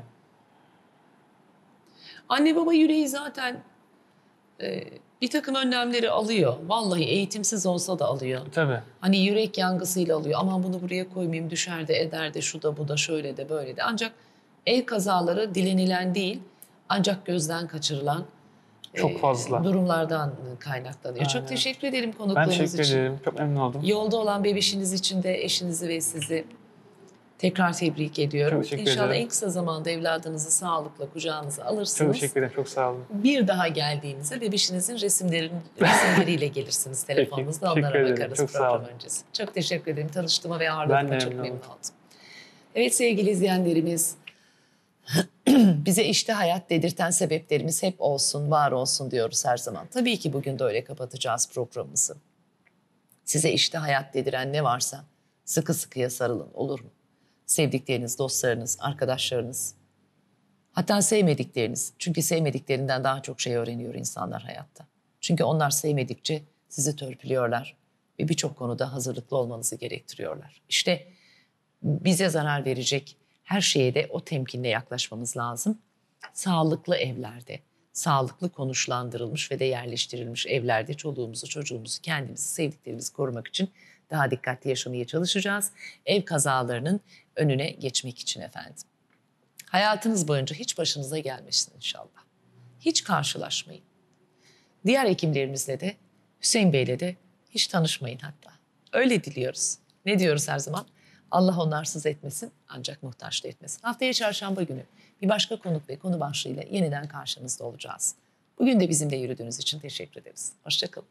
Anne baba yüreği zaten bir takım önlemleri alıyor. Vallahi eğitimsiz olsa da alıyor. Tabii. Hani yürek yangısıyla alıyor. Aman bunu buraya koymayayım, düşer de eder de şu da bu da şöyle de böyle de. Ancak ev kazaları dilenilen değil, ancak gözden kaçırılan Çok fazla. durumlardan kaynaklanıyor. Aynen. Çok teşekkür ederim Ben konukluğunuz teşekkür için. ederim. Çok memnun oldum. Yolda olan bebişiniz için de eşinizi ve sizi tekrar tebrik ediyorum. Çok teşekkür İnşallah ederim. en kısa zamanda evladınızı sağlıkla kucağınıza Çok alırsınız. teşekkür ederim. Çok sağ olun. Bir daha geldiğinizde bebişinizin resimleriyle gelirsiniz telefonunuzda. teşekkür Onlara ederim. bakarız Çok sağ program olun. öncesi. Çok teşekkür ederim. Tanıştığıma ve Ben de ağırladığıma çok memnun memnun oldum. oldum. Evet sevgili izleyenlerimiz, bize işte hayat dedirten sebeplerimiz hep olsun, var olsun diyoruz her zaman. Tabii ki bugün de öyle kapatacağız programımızı. Size işte hayat dediren ne varsa sıkı sıkıya sarılın, olur mu? Sevdikleriniz, dostlarınız, arkadaşlarınız, hatta sevmedikleriniz. Çünkü sevmediklerinden daha çok şey öğreniyor insanlar hayatta. Çünkü onlar sevmedikçe sizi törpülüyorlar ve birçok konuda hazırlıklı olmanızı gerektiriyorlar. İşte bize zarar verecek her şeye de o temkinle yaklaşmamız lazım. Sağlıklı evlerde, sağlıklı konuşlandırılmış ve de yerleştirilmiş evlerde çoluğumuzu, çocuğumuzu, kendimizi, sevdiklerimizi korumak için daha dikkatli yaşamaya çalışacağız. Ev kazalarının önüne geçmek için efendim. Hayatınız boyunca hiç başınıza gelmesin inşallah. Hiç karşılaşmayın. Diğer hekimlerimizle de, Hüseyin Bey'le de Hiç tanışmayın hatta. Öyle diliyoruz. Ne diyoruz her zaman? Allah onlarsız etmesin, ancak muhtaç da etmesin. Haftaya çarşamba günü bir başka konuk ve konu başlığıyla yeniden karşınızda olacağız. Bugün de bizimle yürüdüğünüz için teşekkür ederiz. Hoşça kalın.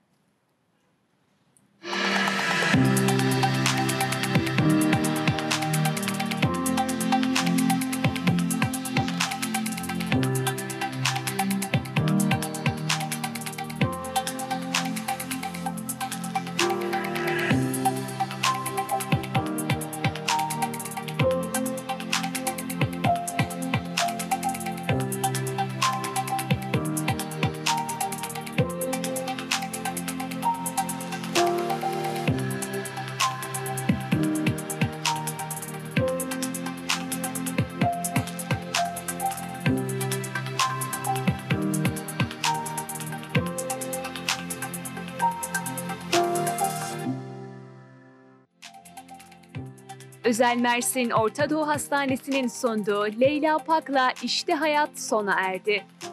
Özel Mersin Orta Doğu Hastanesi'nin sunduğu Leyla Pak'la İşte Hayat sona erdi.